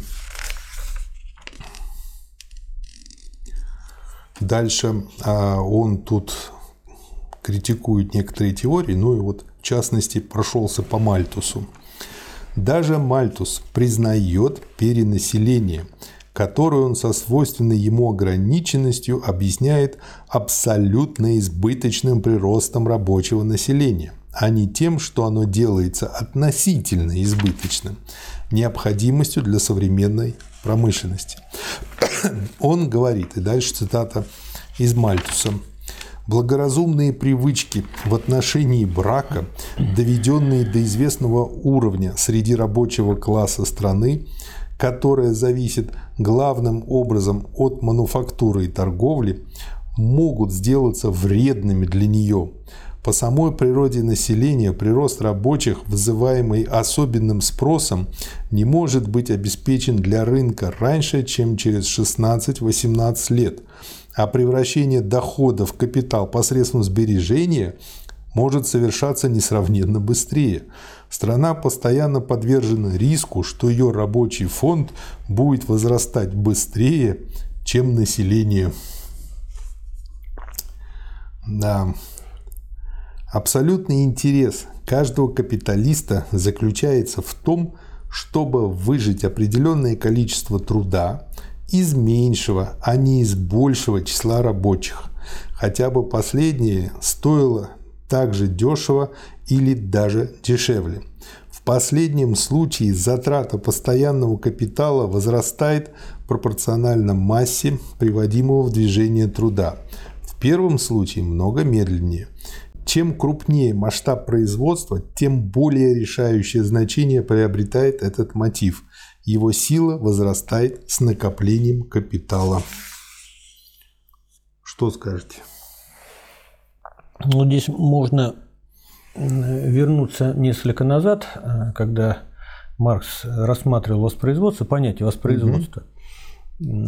Дальше он тут критикует некоторые теории, ну и вот в частности прошелся по Мальтусу. Даже Мальтус признает перенаселение, которое он со свойственной ему ограниченностью объясняет абсолютно избыточным приростом рабочего населения, а не тем, что оно делается относительно избыточным, необходимостью для современной промышленности. Он говорит, и дальше цитата из Мальтуса: «Благоразумные привычки в отношении брака, доведенные до известного уровня среди рабочего класса страны, которая зависит главным образом от мануфактуры и торговли, могут сделаться вредными для нее. По самой природе населения прирост рабочих, вызываемый особенным спросом, не может быть обеспечен для рынка раньше, чем через шестнадцать-восемнадцать лет, а превращение дохода в капитал посредством сбережения может совершаться несравненно быстрее. Страна постоянно подвержена риску, что ее рабочий фонд будет возрастать быстрее, чем население». Да. Абсолютный интерес каждого капиталиста заключается в том, чтобы выжать определенное количество труда из меньшего, а не из большего числа рабочих, хотя бы последнее стоило так же дешево или даже дешевле. В последнем случае затрата постоянного капитала возрастает пропорционально массе приводимого в движение труда. В первом случае много медленнее. Чем крупнее масштаб производства, тем более решающее значение приобретает этот мотив. Его сила возрастает с накоплением капитала. Что скажете? Ну, здесь можно вернуться несколько назад, когда Маркс рассматривал воспроизводство, понятие воспроизводства. Угу.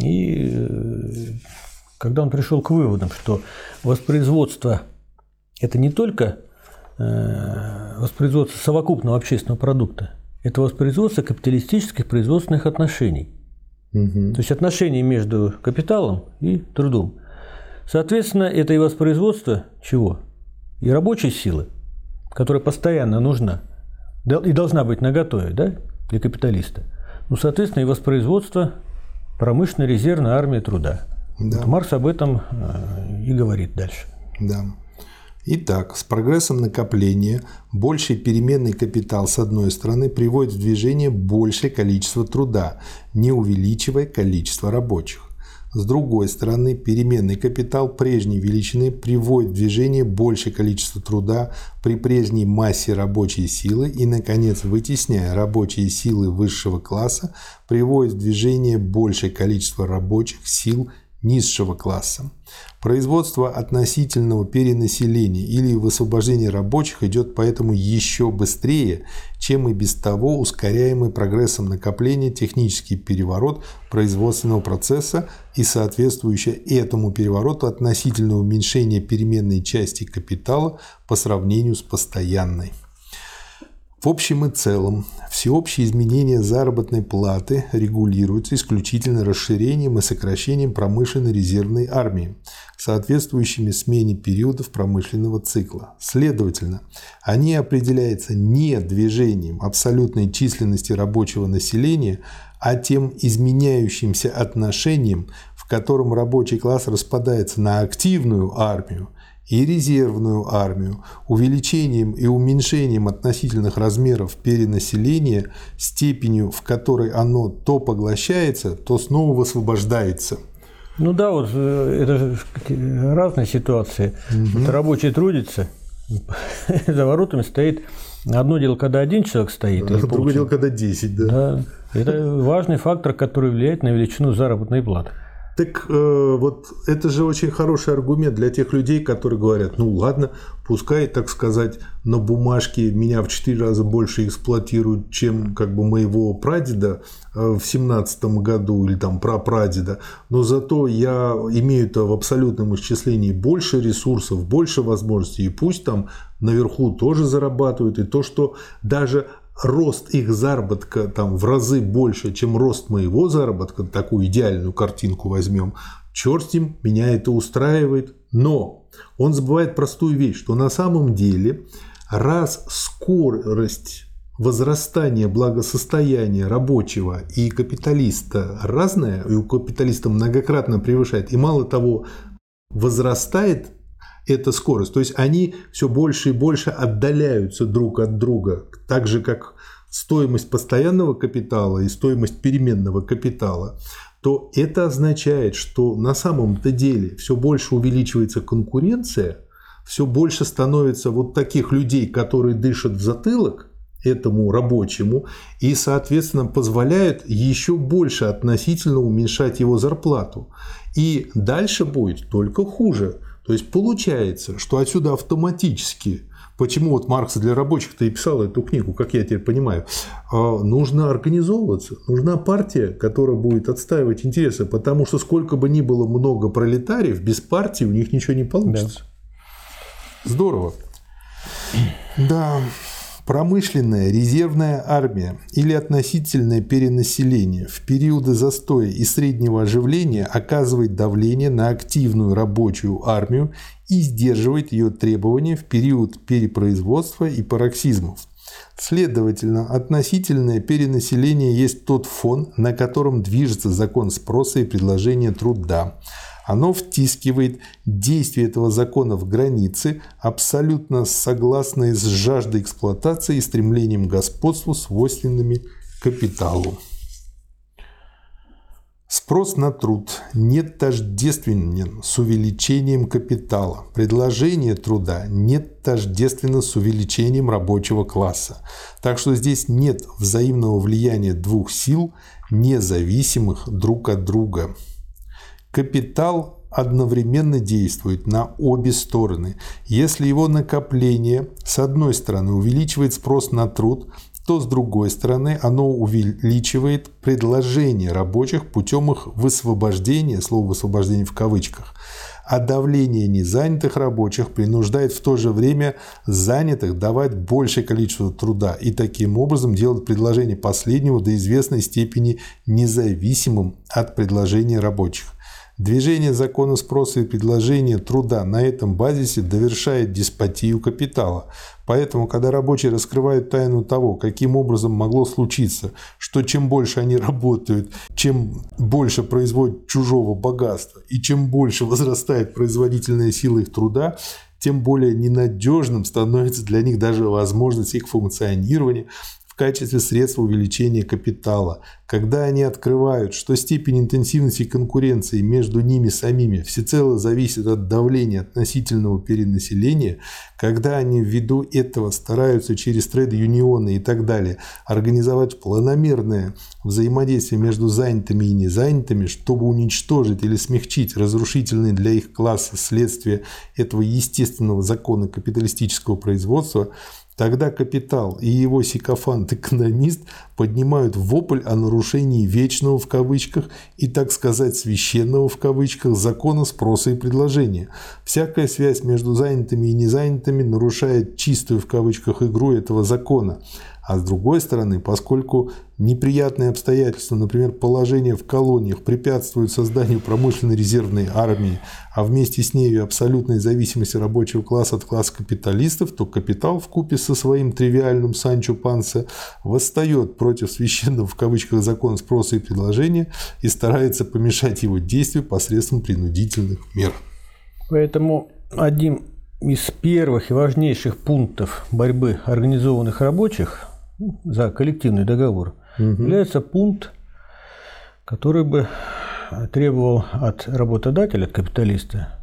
И когда он пришел к выводам, что воспроизводство – это не только воспроизводство совокупного общественного продукта, это воспроизводство капиталистических производственных отношений. Угу. То есть отношений между капиталом и трудом. Соответственно, это и воспроизводство чего? И рабочей силы, которая постоянно нужна и должна быть наготове, да, для капиталиста. Ну, соответственно, и воспроизводство промышленной резервной армии труда. Да. Вот Маркс об этом и говорит дальше. Да. Итак, с прогрессом накопления больший переменный капитал с одной стороны приводит в движение большее количество труда, не увеличивая количество рабочих. С другой стороны, переменный капитал прежней величины приводит в движение большее количество труда при прежней массе рабочей силы и, наконец, вытесняя рабочие силы высшего класса, приводит в движение большее количество рабочих сил низшего класса. Производство относительного перенаселения или высвобождение рабочих идет поэтому еще быстрее, чем и без того ускоряемый прогрессом накопления технический переворот производственного процесса и соответствующее этому перевороту относительное уменьшение переменной части капитала по сравнению с постоянной. В общем и целом, всеобщие изменения заработной платы регулируются исключительно расширением и сокращением промышленной резервной армии, соответствующими смене периодов промышленного цикла. Следовательно, они определяются не движением абсолютной численности рабочего населения, а тем изменяющимся отношением, в котором рабочий класс распадается на активную армию и резервную армию, увеличением и уменьшением относительных размеров перенаселения, степенью, в которой оно то поглощается, то снова высвобождается. Ну да, вот это же разные ситуации. Угу. Вот рабочий трудится, за воротами стоит. Одно дело, когда один человек стоит. А другое дело, когда десять, да? Да. Это важный фактор, который влияет на величину заработной платы. Так э, вот это же очень хороший аргумент для тех людей, которые говорят, ну ладно, пускай, так сказать, на бумажке меня в четыре раза больше эксплуатируют, чем как бы моего прадеда в семнадцатом году или там прапрадеда, но зато я имею-то в абсолютном исчислении больше ресурсов, больше возможностей, и пусть там наверху тоже зарабатывают, и то, что даже рост их заработка там в разы больше, чем рост моего заработка, такую идеальную картинку возьмем, черт с ним, меня это устраивает. Но он забывает простую вещь, что на самом деле, раз скорость возрастания благосостояния рабочего и капиталиста разная, и у капиталиста многократно превышает, и мало того, возрастает эта скорость. То есть они все больше и больше отдаляются друг от друга, так же как стоимость постоянного капитала и стоимость переменного капитала, то это означает, что на самом-то деле все больше увеличивается конкуренция, все больше становится вот таких людей, которые дышат в затылок этому рабочему и, соответственно, позволяют еще больше относительно уменьшать его зарплату. И дальше будет только хуже. То есть получается, что отсюда автоматически, почему вот Маркс для рабочих-то и писал эту книгу, как я теперь понимаю, нужно организовываться, нужна партия, которая будет отстаивать интересы, потому что сколько бы ни было много пролетариев, без партии у них ничего не получится. Да. Здорово. Да. Промышленная резервная армия или относительное перенаселение в периоды застоя и среднего оживления оказывает давление на активную рабочую армию и сдерживает ее требования в период перепроизводства и пароксизмов. Следовательно, относительное перенаселение есть тот фон, на котором движется закон спроса и предложения труда. Оно втискивает действие этого закона в границы, абсолютно согласные с жаждой эксплуатации и стремлением к господству, свойственными капиталу. Спрос на труд не тождествен с увеличением капитала. Предложение труда не тождественно с увеличением рабочего класса. Так что здесь нет взаимного влияния двух сил, независимых друг от друга. Капитал одновременно действует на обе стороны. Если его накопление с одной стороны увеличивает спрос на труд, то с другой стороны оно увеличивает предложение рабочих путем их высвобождения, слово «высвобождение» в кавычках, а давление незанятых рабочих принуждает в то же время занятых давать большее количество труда и таким образом делать предложение последнего до известной степени независимым от предложения рабочих. Движение закона спроса и предложения труда на этом базисе довершает деспотию капитала. Поэтому, когда рабочие раскрывают тайну того, каким образом могло случиться, что чем больше они работают, чем больше производят чужого богатства и чем больше возрастает производительная сила их труда, тем более ненадежным становится для них даже возможность их функционирования в качестве средства увеличения капитала. Когда они открывают, что степень интенсивности конкуренции между ними самими всецело зависит от давления относительного перенаселения, когда они ввиду этого стараются через трейд-юнионы и так далее организовать планомерное взаимодействие между занятыми и незанятыми, чтобы уничтожить или смягчить разрушительные для их класса следствия этого естественного закона капиталистического производства, тогда капитал и его сикофант-экономист поднимают вопль о нарушении вечного в кавычках и, так сказать, священного в кавычках закона спроса и предложения. Всякая связь между занятыми и незанятыми нарушает чистую в кавычках игру этого закона. А с другой стороны, поскольку неприятные обстоятельства, например, положение в колониях, препятствуют созданию промышленной резервной армии, а вместе с нею абсолютной зависимости рабочего класса от класса капиталистов, то капитал вкупе со своим тривиальным Санчо Панса восстает против священного в кавычках закона спроса и предложения и старается помешать его действию посредством принудительных мер. Поэтому один из первых и важнейших пунктов борьбы организованных рабочих за коллективный договор угу. является пункт, который бы требовал от работодателя, от капиталиста,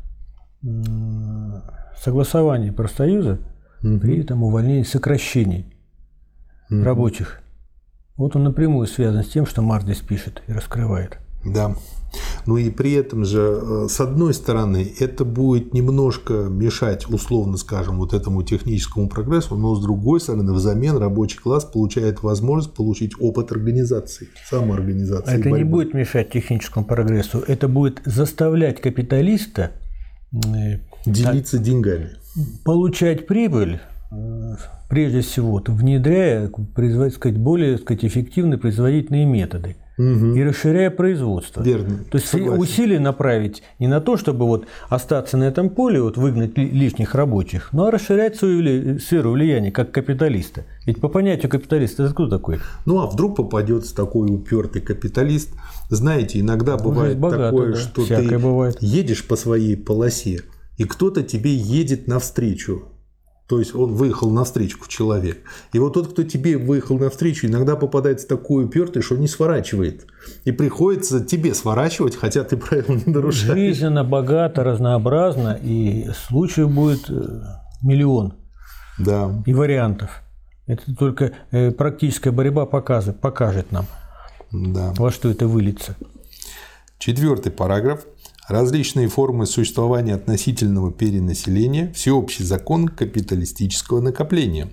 согласования профсоюза угу. при этом увольнении, сокращений угу. рабочих. Вот он напрямую связан с тем, что Маркс здесь пишет и раскрывает. Да. Ну и при этом же, с одной стороны, это будет немножко мешать, условно скажем, вот этому техническому прогрессу, но с другой стороны, взамен рабочий класс получает возможность получить опыт организации, самоорганизации. Это борьбы. Не будет мешать техническому прогрессу, это будет заставлять капиталиста делиться так, деньгами, получать прибыль, прежде всего, внедряя, производить, сказать, более сказать, эффективные производительные методы. Угу. И расширяя производство. Верно. То есть Согласен. Усилия направить не на то, чтобы вот остаться на этом поле, вот выгнать лишних рабочих, но расширять свою сферу влияния как капиталиста. Ведь по понятию капиталиста это кто такой? Ну а вдруг попадется такой упертый капиталист? Знаете, иногда бывает богато, такое, да. что Всякое ты бывает. едешь по своей полосе, и кто-то тебе едет навстречу. То есть он выехал навстречу человек. И вот тот, кто тебе выехал навстречу, иногда попадается такой упертый, что не сворачивает. И приходится тебе сворачивать, хотя ты правила не нарушаешь. Жизнь, она богата, разнообразна, и случаев будет миллион. Да. И вариантов. Это только практическая борьба покажет, покажет нам, да. во что это выльется. Четвертый параграф. Различные формы существования относительного перенаселения, всеобщий закон капиталистического накопления.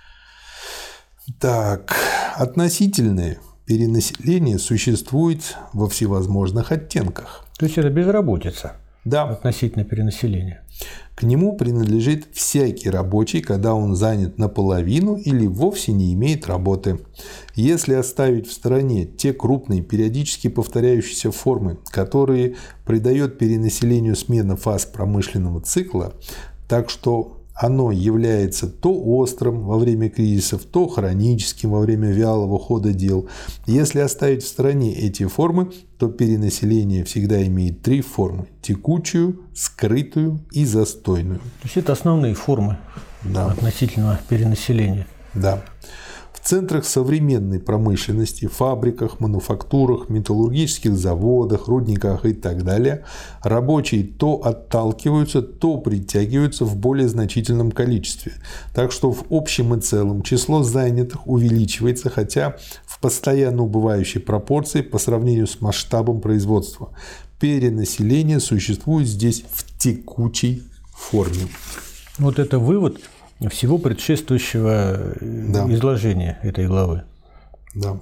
Так, относительное перенаселение существует во всевозможных оттенках. То есть это безработица. Да. Относительное перенаселение. К нему принадлежит всякий рабочий, когда он занят наполовину или вовсе не имеет работы. Если оставить в стороне те крупные, периодически повторяющиеся формы, которые придает перенаселению смена фаз промышленного цикла, так что оно является то острым во время кризисов, то хроническим во время вялого хода дел. Если оставить в стороне эти формы, то перенаселение всегда имеет три формы – текучую, скрытую и застойную. То есть это основные формы да. относительного перенаселения. Да. В центрах современной промышленности, фабриках, мануфактурах, металлургических заводах, рудниках и так далее, рабочие то отталкиваются, то притягиваются в более значительном количестве. Так что в общем и целом число занятых увеличивается, хотя в постоянно убывающей пропорции по сравнению с масштабом производства. Перенаселение существует здесь в текучей форме. Вот это вывод всего предшествующего да. изложения этой главы. Да.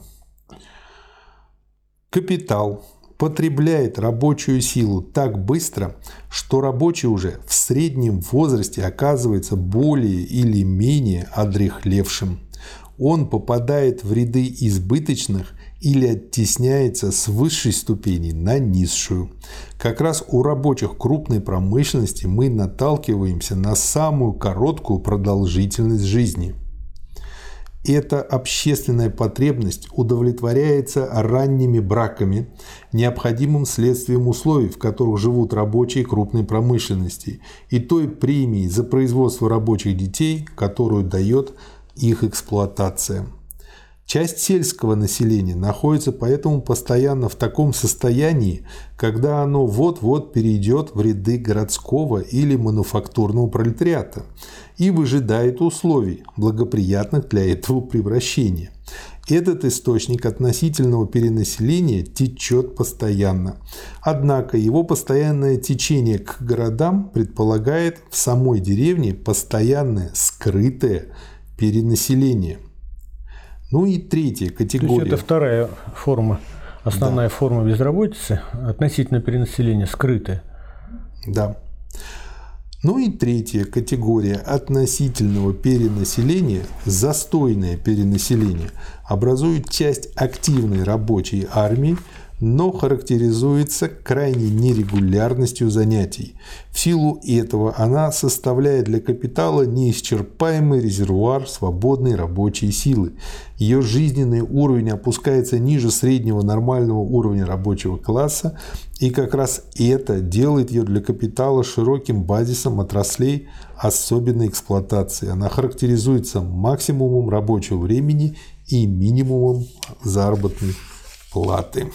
Капитал потребляет рабочую силу так быстро, что рабочий уже в среднем возрасте оказывается более или менее одряхлевшим. Он попадает в ряды избыточных или оттесняется с высшей ступени на низшую. Как раз у рабочих крупной промышленности мы наталкиваемся на самую короткую продолжительность жизни. Эта общественная потребность удовлетворяется ранними браками, необходимым следствием условий, в которых живут рабочие крупной промышленности, и той премией за производство рабочих детей, которую дает их эксплуатация. Часть сельского населения находится поэтому постоянно в таком состоянии, когда оно вот-вот перейдет в ряды городского или мануфактурного пролетариата и выжидает условий, благоприятных для этого превращения. Этот источник относительного перенаселения течет постоянно. Однако его постоянное течение к городам предполагает в самой деревне постоянное скрытое перенаселение. Ну и третья категория. То есть это вторая форма, основная да. форма безработицы, относительно перенаселения, скрытая. Да. Ну и третья категория относительного перенаселения, застойное перенаселение, образует часть активной рабочей армии, но характеризуется крайней нерегулярностью занятий. В силу этого она составляет для капитала неисчерпаемый резервуар свободной рабочей силы. Ее жизненный уровень опускается ниже среднего нормального уровня рабочего класса, и как раз это делает ее для капитала широким базисом отраслей особенной эксплуатации. Она характеризуется максимумом рабочего времени и минимумом заработной платы.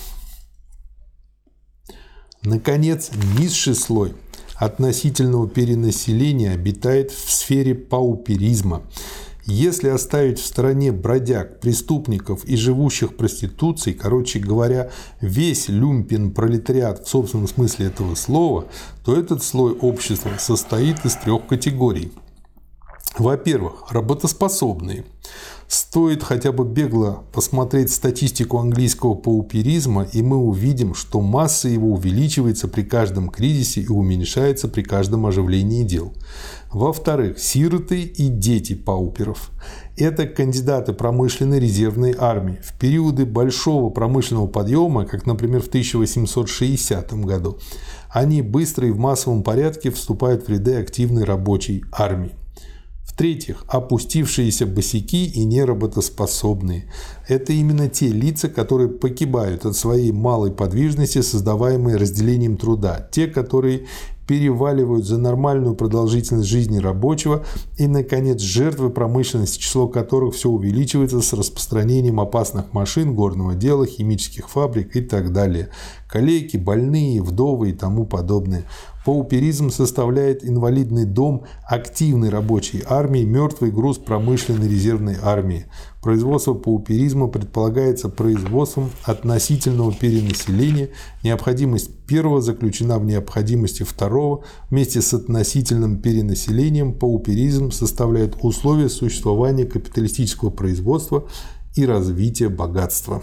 Наконец, низший слой относительного перенаселения обитает в сфере пауперизма. Если оставить в стороне бродяг, преступников и живущих проституцией, короче говоря, весь люмпен-пролетариат в собственном смысле этого слова, то этот слой общества состоит из трех категорий. Во-первых, работоспособные. Стоит хотя бы бегло посмотреть статистику английского пауперизма, и мы увидим, что масса его увеличивается при каждом кризисе и уменьшается при каждом оживлении дел. Во-вторых, сироты и дети пауперов. Это кандидаты промышленной резервной армии. В периоды большого промышленного подъема, как, например, в тысяча восемьсот шестидесятом году, они быстро и в массовом порядке вступают в ряды активной рабочей армии. В-третьих, опустившиеся босяки и неработоспособные. Это именно те лица, которые погибают от своей малой подвижности, создаваемой разделением труда. Те, которые переваливают за нормальную продолжительность жизни рабочего. И, наконец, жертвы промышленности, число которых все увеличивается с распространением опасных машин, горного дела, химических фабрик и так далее. Калеки, больные, вдовы и тому подобное. Пауперизм составляет инвалидный дом активной рабочей армии, мертвый груз промышленной резервной армии. Производство пауперизма предполагается производством относительного перенаселения. Необходимость первого заключена в необходимости второго. Вместе с относительным перенаселением пауперизм составляет условия существования капиталистического производства и развития богатства.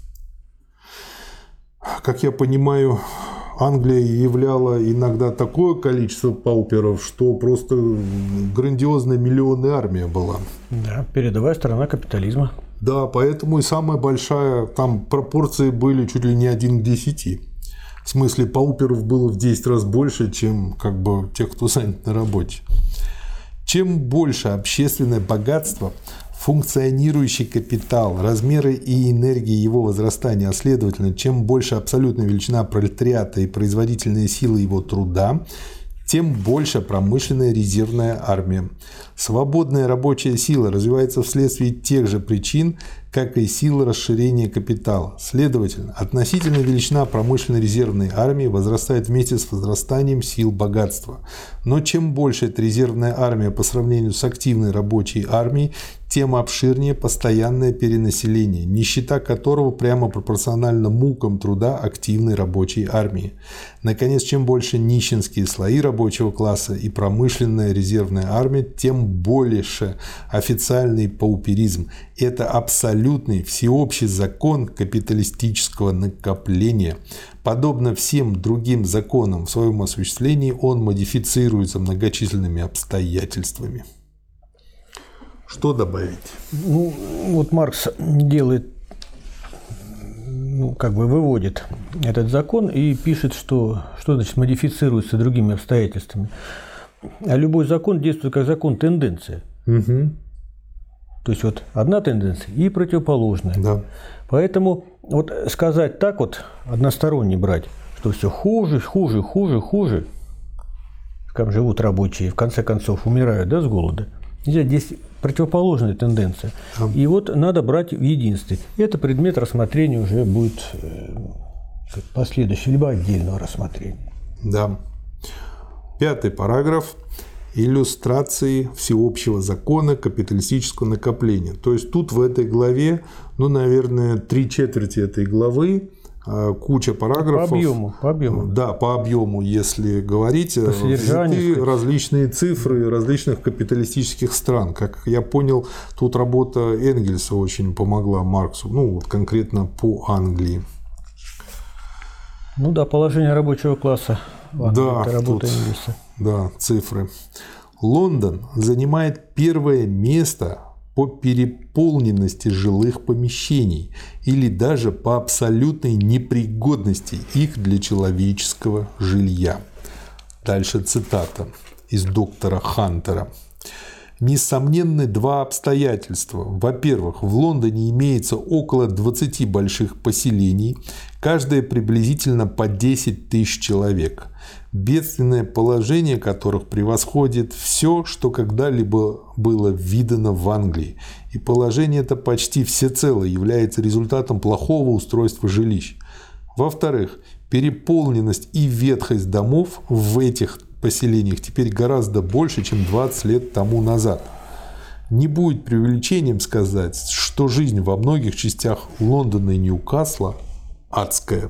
Как я понимаю, Англия являла иногда такое количество пауперов, что просто грандиозная миллионная армия была. Да, передовая сторона капитализма. Да, поэтому и самая большая, там пропорции были чуть ли не один к десяти. В смысле, пауперов было в десять раз больше, чем как бы тех, кто занят на работе. Чем больше общественное богатство, функционирующий капитал, размеры и энергии его возрастания, а следовательно, чем больше абсолютная величина пролетариата и производительная сила его труда, тем больше промышленная резервная армия. Свободная рабочая сила развивается вследствие тех же причин, как и сила расширения капитала. Следовательно, относительная величина промышленной резервной армии возрастает вместе с возрастанием сил богатства. Но чем больше эта резервная армия по сравнению с активной рабочей армией, тем обширнее постоянное перенаселение, нищета которого прямо пропорциональна мукам труда активной рабочей армии. Наконец, чем больше нищенские слои рабочего класса и промышленная резервная армия, тем больше официальный пауперизм. Это абсолютный всеобщий закон капиталистического накопления. Подобно всем другим законам в своем осуществлении, он модифицируется многочисленными обстоятельствами. Что добавить? Ну, вот Маркс делает, ну, как бы выводит этот закон и пишет, что, что значит модифицируется другими обстоятельствами. А любой закон действует как закон тенденции. Угу. То есть вот одна тенденция и противоположная. Да. Поэтому вот сказать так вот, односторонне брать, что все хуже, хуже, хуже, хуже, как живут рабочие, в конце концов умирают, да, с голода. Нельзя, здесь противоположная тенденция. Да. И вот надо брать в единстве. Это предмет рассмотрения уже будет последующий, либо отдельного рассмотрения. Да. Пятый параграф. Иллюстрации всеобщего закона капиталистического накопления. То есть тут в этой главе, ну, наверное, три четверти этой главы, куча параграфов. По объему, по объему. Да, по объему, если говорить, взяты различные цифры различных капиталистических стран. Как я понял, тут работа Энгельса очень помогла Марксу, ну, вот конкретно по Англии. Ну да, положение рабочего класса. Ладно, да, это работа тут, Энгельса. Да, цифры. Лондон занимает первое место по переполненности жилых помещений или даже по абсолютной непригодности их для человеческого жилья. Дальше цитата из доктора Хантера. Несомненны два обстоятельства. Во-первых, в Лондоне имеется около двадцати больших поселений, каждое приблизительно по десять тысяч человек, бедственное положение которых превосходит все, что когда-либо было видано в Англии. И положение это почти всецело является результатом плохого устройства жилищ. Во-вторых, переполненность и ветхость домов в этих поселениях теперь гораздо больше, чем двадцать лет тому назад. Не будет преувеличением сказать, что жизнь во многих частях Лондона и Ньюкасла адская.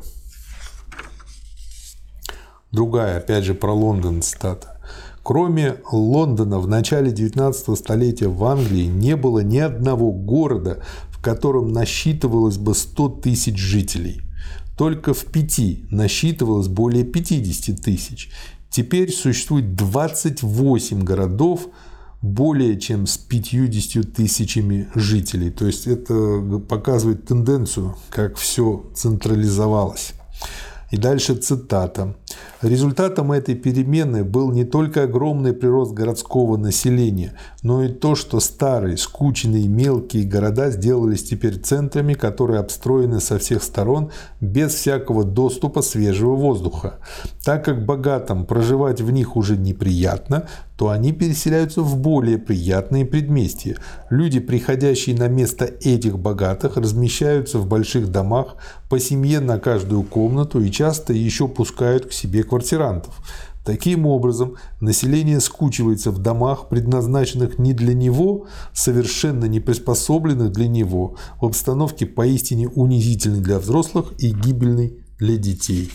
Другая, опять же, про Лондон цитата. Кроме Лондона в начале девятнадцатого столетия в Англии не было ни одного города, в котором насчитывалось бы сто тысяч жителей. Только в пяти насчитывалось более пятидесяти тысяч. Теперь существует двадцать восемь городов более чем с пятьюдесятью тысячами жителей. То есть это показывает тенденцию, как все централизовалось. И дальше цитата. Результатом этой перемены был не только огромный прирост городского населения, но и то, что старые, скучные, мелкие города сделались теперь центрами, которые обстроены со всех сторон без всякого доступа свежего воздуха. Так как богатым проживать в них уже неприятно, то они переселяются в более приятные предместья. Люди, приходящие на место этих богатых, размещаются в больших домах по семье на каждую комнату и часто еще пускают к себе квартирантов. Таким образом, население скучивается в домах, предназначенных не для него, совершенно не приспособленных для него, в обстановке поистине унизительной для взрослых и гибельной для детей.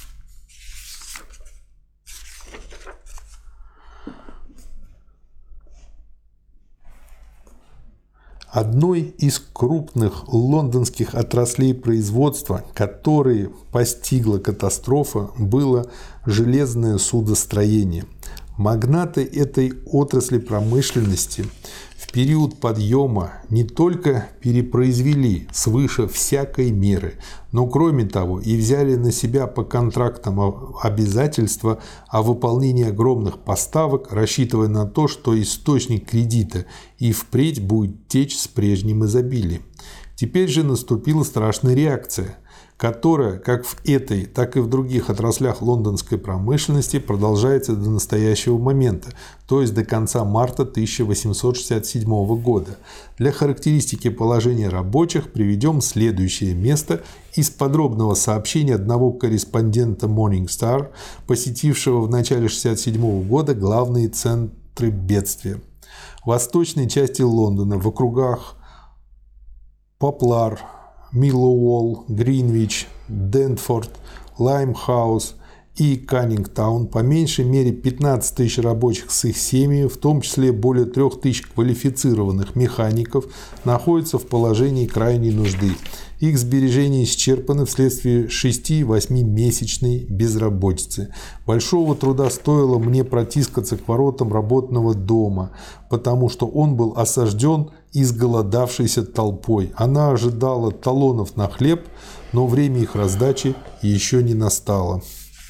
Одной из крупных лондонских отраслей производства, которые постигла катастрофа, было железное судостроение. Магнаты этой отрасли промышленности в период подъема не только перепроизвели свыше всякой меры, но кроме того и взяли на себя по контрактам обязательства о выполнении огромных поставок, рассчитывая на то, что источник кредита и впредь будет течь с прежним изобилием. Теперь же наступила страшная реакция. которая как в этой, так и в других отраслях лондонской промышленности продолжается до настоящего момента, то есть до конца марта тысяча восемьсот шестьдесят седьмого года. Для характеристики положения рабочих приведем следующее место из подробного сообщения одного корреспондента Morning Star, посетившего в начале шестьдесят седьмого года главные центры бедствия. В восточной части Лондона, в округах Поплар, Миллоуолл, Гринвич, Дентфорд, Лаймхаус и Каннингтаун по меньшей мере пятнадцать тысяч рабочих с их семьями, в том числе более трех тысяч квалифицированных механиков, находятся в положении крайней нужды. Их сбережения исчерпаны вследствие шести-восьмимесячной безработицы. Большого труда стоило мне протискаться к воротам работного дома, потому что он был осажден изголодавшейся толпой. Она ожидала талонов на хлеб, но время их раздачи еще не настало.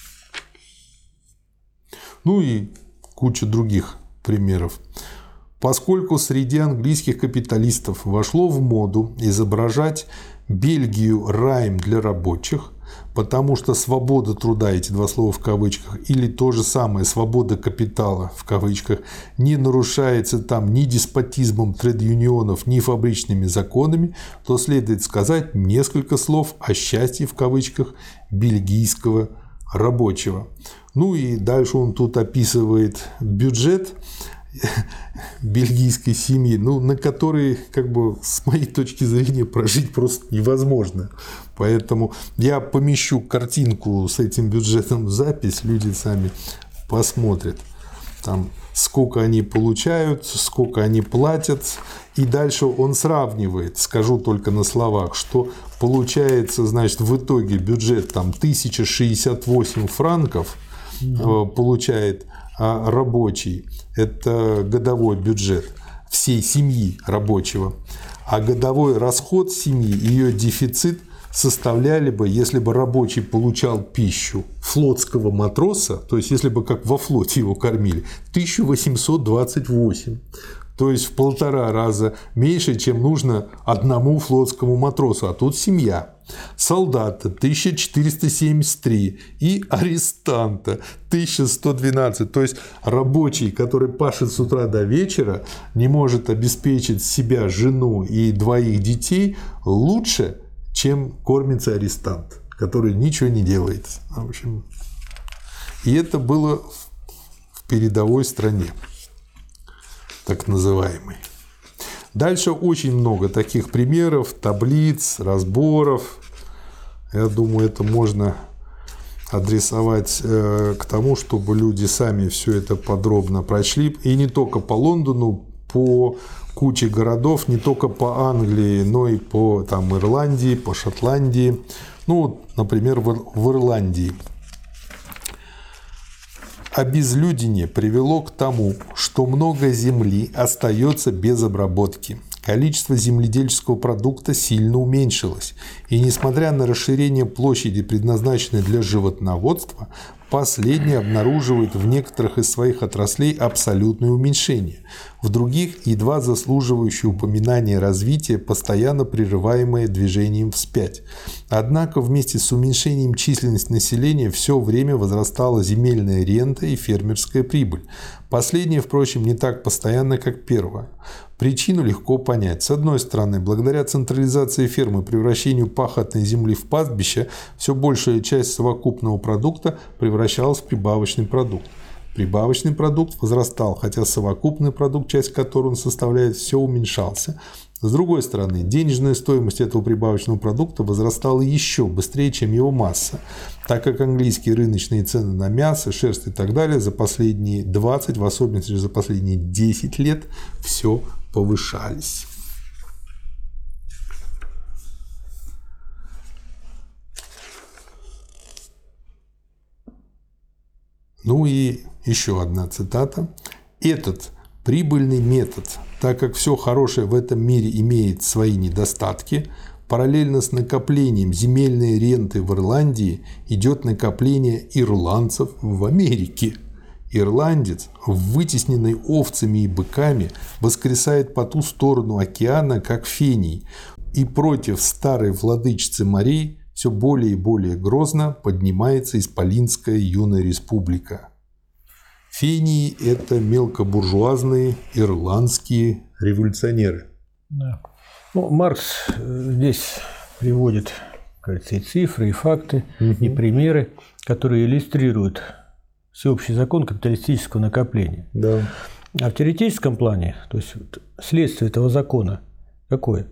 Ну и куча других примеров. Поскольку среди английских капиталистов вошло в моду изображать Бельгию раем для рабочих, потому что свобода труда, эти два слова в кавычках, или то же самое свобода капитала в кавычках, не нарушается там ни деспотизмом тред-юнионов, ни фабричными законами, то следует сказать несколько слов о счастье в кавычках бельгийского рабочего. Ну и дальше он тут описывает бюджет бельгийской семьи, ну, на который, как бы, с моей точки зрения, прожить просто невозможно. Поэтому я помещу картинку с этим бюджетом в запись, люди сами посмотрят, там, сколько они получают, сколько они платят. И дальше он сравнивает, скажу только на словах, что получается, значит, в итоге бюджет там тысяча шестьдесят восемь франков mm-hmm. получает рабочий. Это годовой бюджет всей семьи рабочего. А годовой расход семьи, ее дефицит составляли бы, если бы рабочий получал пищу флотского матроса, то есть если бы как во флоте его кормили, тысяча восемьсот двадцать восемь. То есть в полтора раза меньше, чем нужно одному флотскому матросу. А тут семья. Солдата тысяча четыреста семьдесят три и арестанта тысяча сто двенадцать. То есть рабочий, который пашет с утра до вечера, не может обеспечить себя, жену и двоих детей лучше, чем кормится арестант, который ничего не делает. В общем, и это было в передовой стране, так называемый. Дальше очень много таких примеров, таблиц, разборов. Я думаю, это можно адресовать к тому, чтобы люди сами все это подробно прочли. И не только по Лондону, по куче городов, не только по Англии, но и по там, Ирландии, по Шотландии. Ну, например, в Ирландии. Обезлюдение привело к тому, что много земли остается без обработки. Количество земледельческого продукта сильно уменьшилось, и несмотря на расширение площади, предназначенной для животноводства, последнее обнаруживает в некоторых из своих отраслей абсолютное уменьшение, в других едва заслуживающее упоминания развития, постоянно прерываемое движением вспять. Однако вместе с уменьшением численности населения все время возрастала земельная рента и фермерская прибыль. Последнее, впрочем, не так постоянно, как первое. Причину легко понять. С одной стороны, благодаря централизации ферм и превращению пахотной земли в пастбище, все большая часть совокупного продукта превращалась в прибавочный продукт. Прибавочный продукт возрастал, хотя совокупный продукт, часть которого он составляет, все уменьшался. С другой стороны, денежная стоимость этого прибавочного продукта возрастала еще быстрее, чем его масса, так как английские рыночные цены на мясо, шерсть и так далее за последние двадцать, в особенности за последние десять лет, все повышались. Ну и еще одна цитата. «Этот прибыльный метод, так как все хорошее в этом мире имеет свои недостатки, параллельно с накоплением земельной ренты в Ирландии идет накопление ирландцев в Америке. Ирландец, вытесненный овцами и быками, воскресает по ту сторону океана, как фений, и против старой владычицы морей все более и более грозно поднимается Исполинская юная республика. Фении – это мелкобуржуазные ирландские революционеры. Да. Ну, Маркс здесь приводит, кажется, и цифры, и факты, угу. и примеры, которые иллюстрируют всеобщий закон капиталистического накопления. Да. А в теоретическом плане, то есть следствие этого закона какое?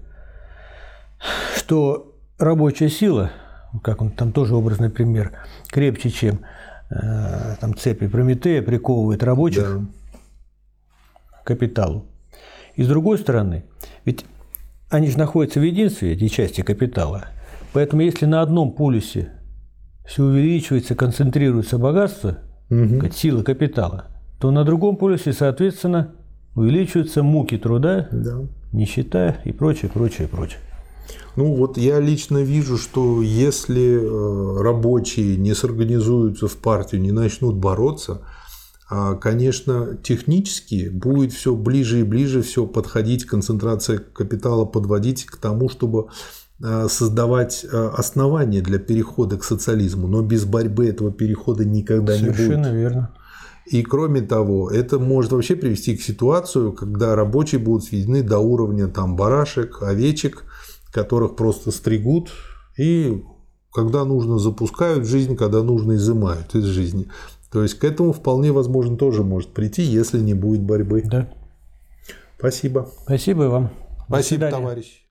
Что рабочая сила, как он там тоже образный пример, крепче, чем э, там, цепи Прометея, приковывает рабочих да. к капиталу. И с другой стороны, ведь они же находятся в единстве, эти части капитала. Поэтому если на одном полюсе все увеличивается, концентрируется богатство, угу. сила капитала, то на другом полюсе, соответственно, увеличиваются муки труда, да. нищета и прочее, прочее, прочее. Ну вот я лично вижу, что если рабочие не сорганизуются в партию, не начнут бороться, конечно, технически будет все ближе и ближе все подходить, концентрация капитала подводить к тому, чтобы создавать основания для перехода к социализму. Но без борьбы этого перехода никогда не будет. Совершенно верно. И кроме того, это может вообще привести к ситуации, когда рабочие будут сведены до уровня там, барашек, овечек, которых просто стригут, и когда нужно запускают в жизнь, когда нужно изымают из жизни. То есть к этому вполне возможно тоже может прийти, если не будет борьбы. Да. Спасибо. Спасибо вам. Спасибо, товарищ.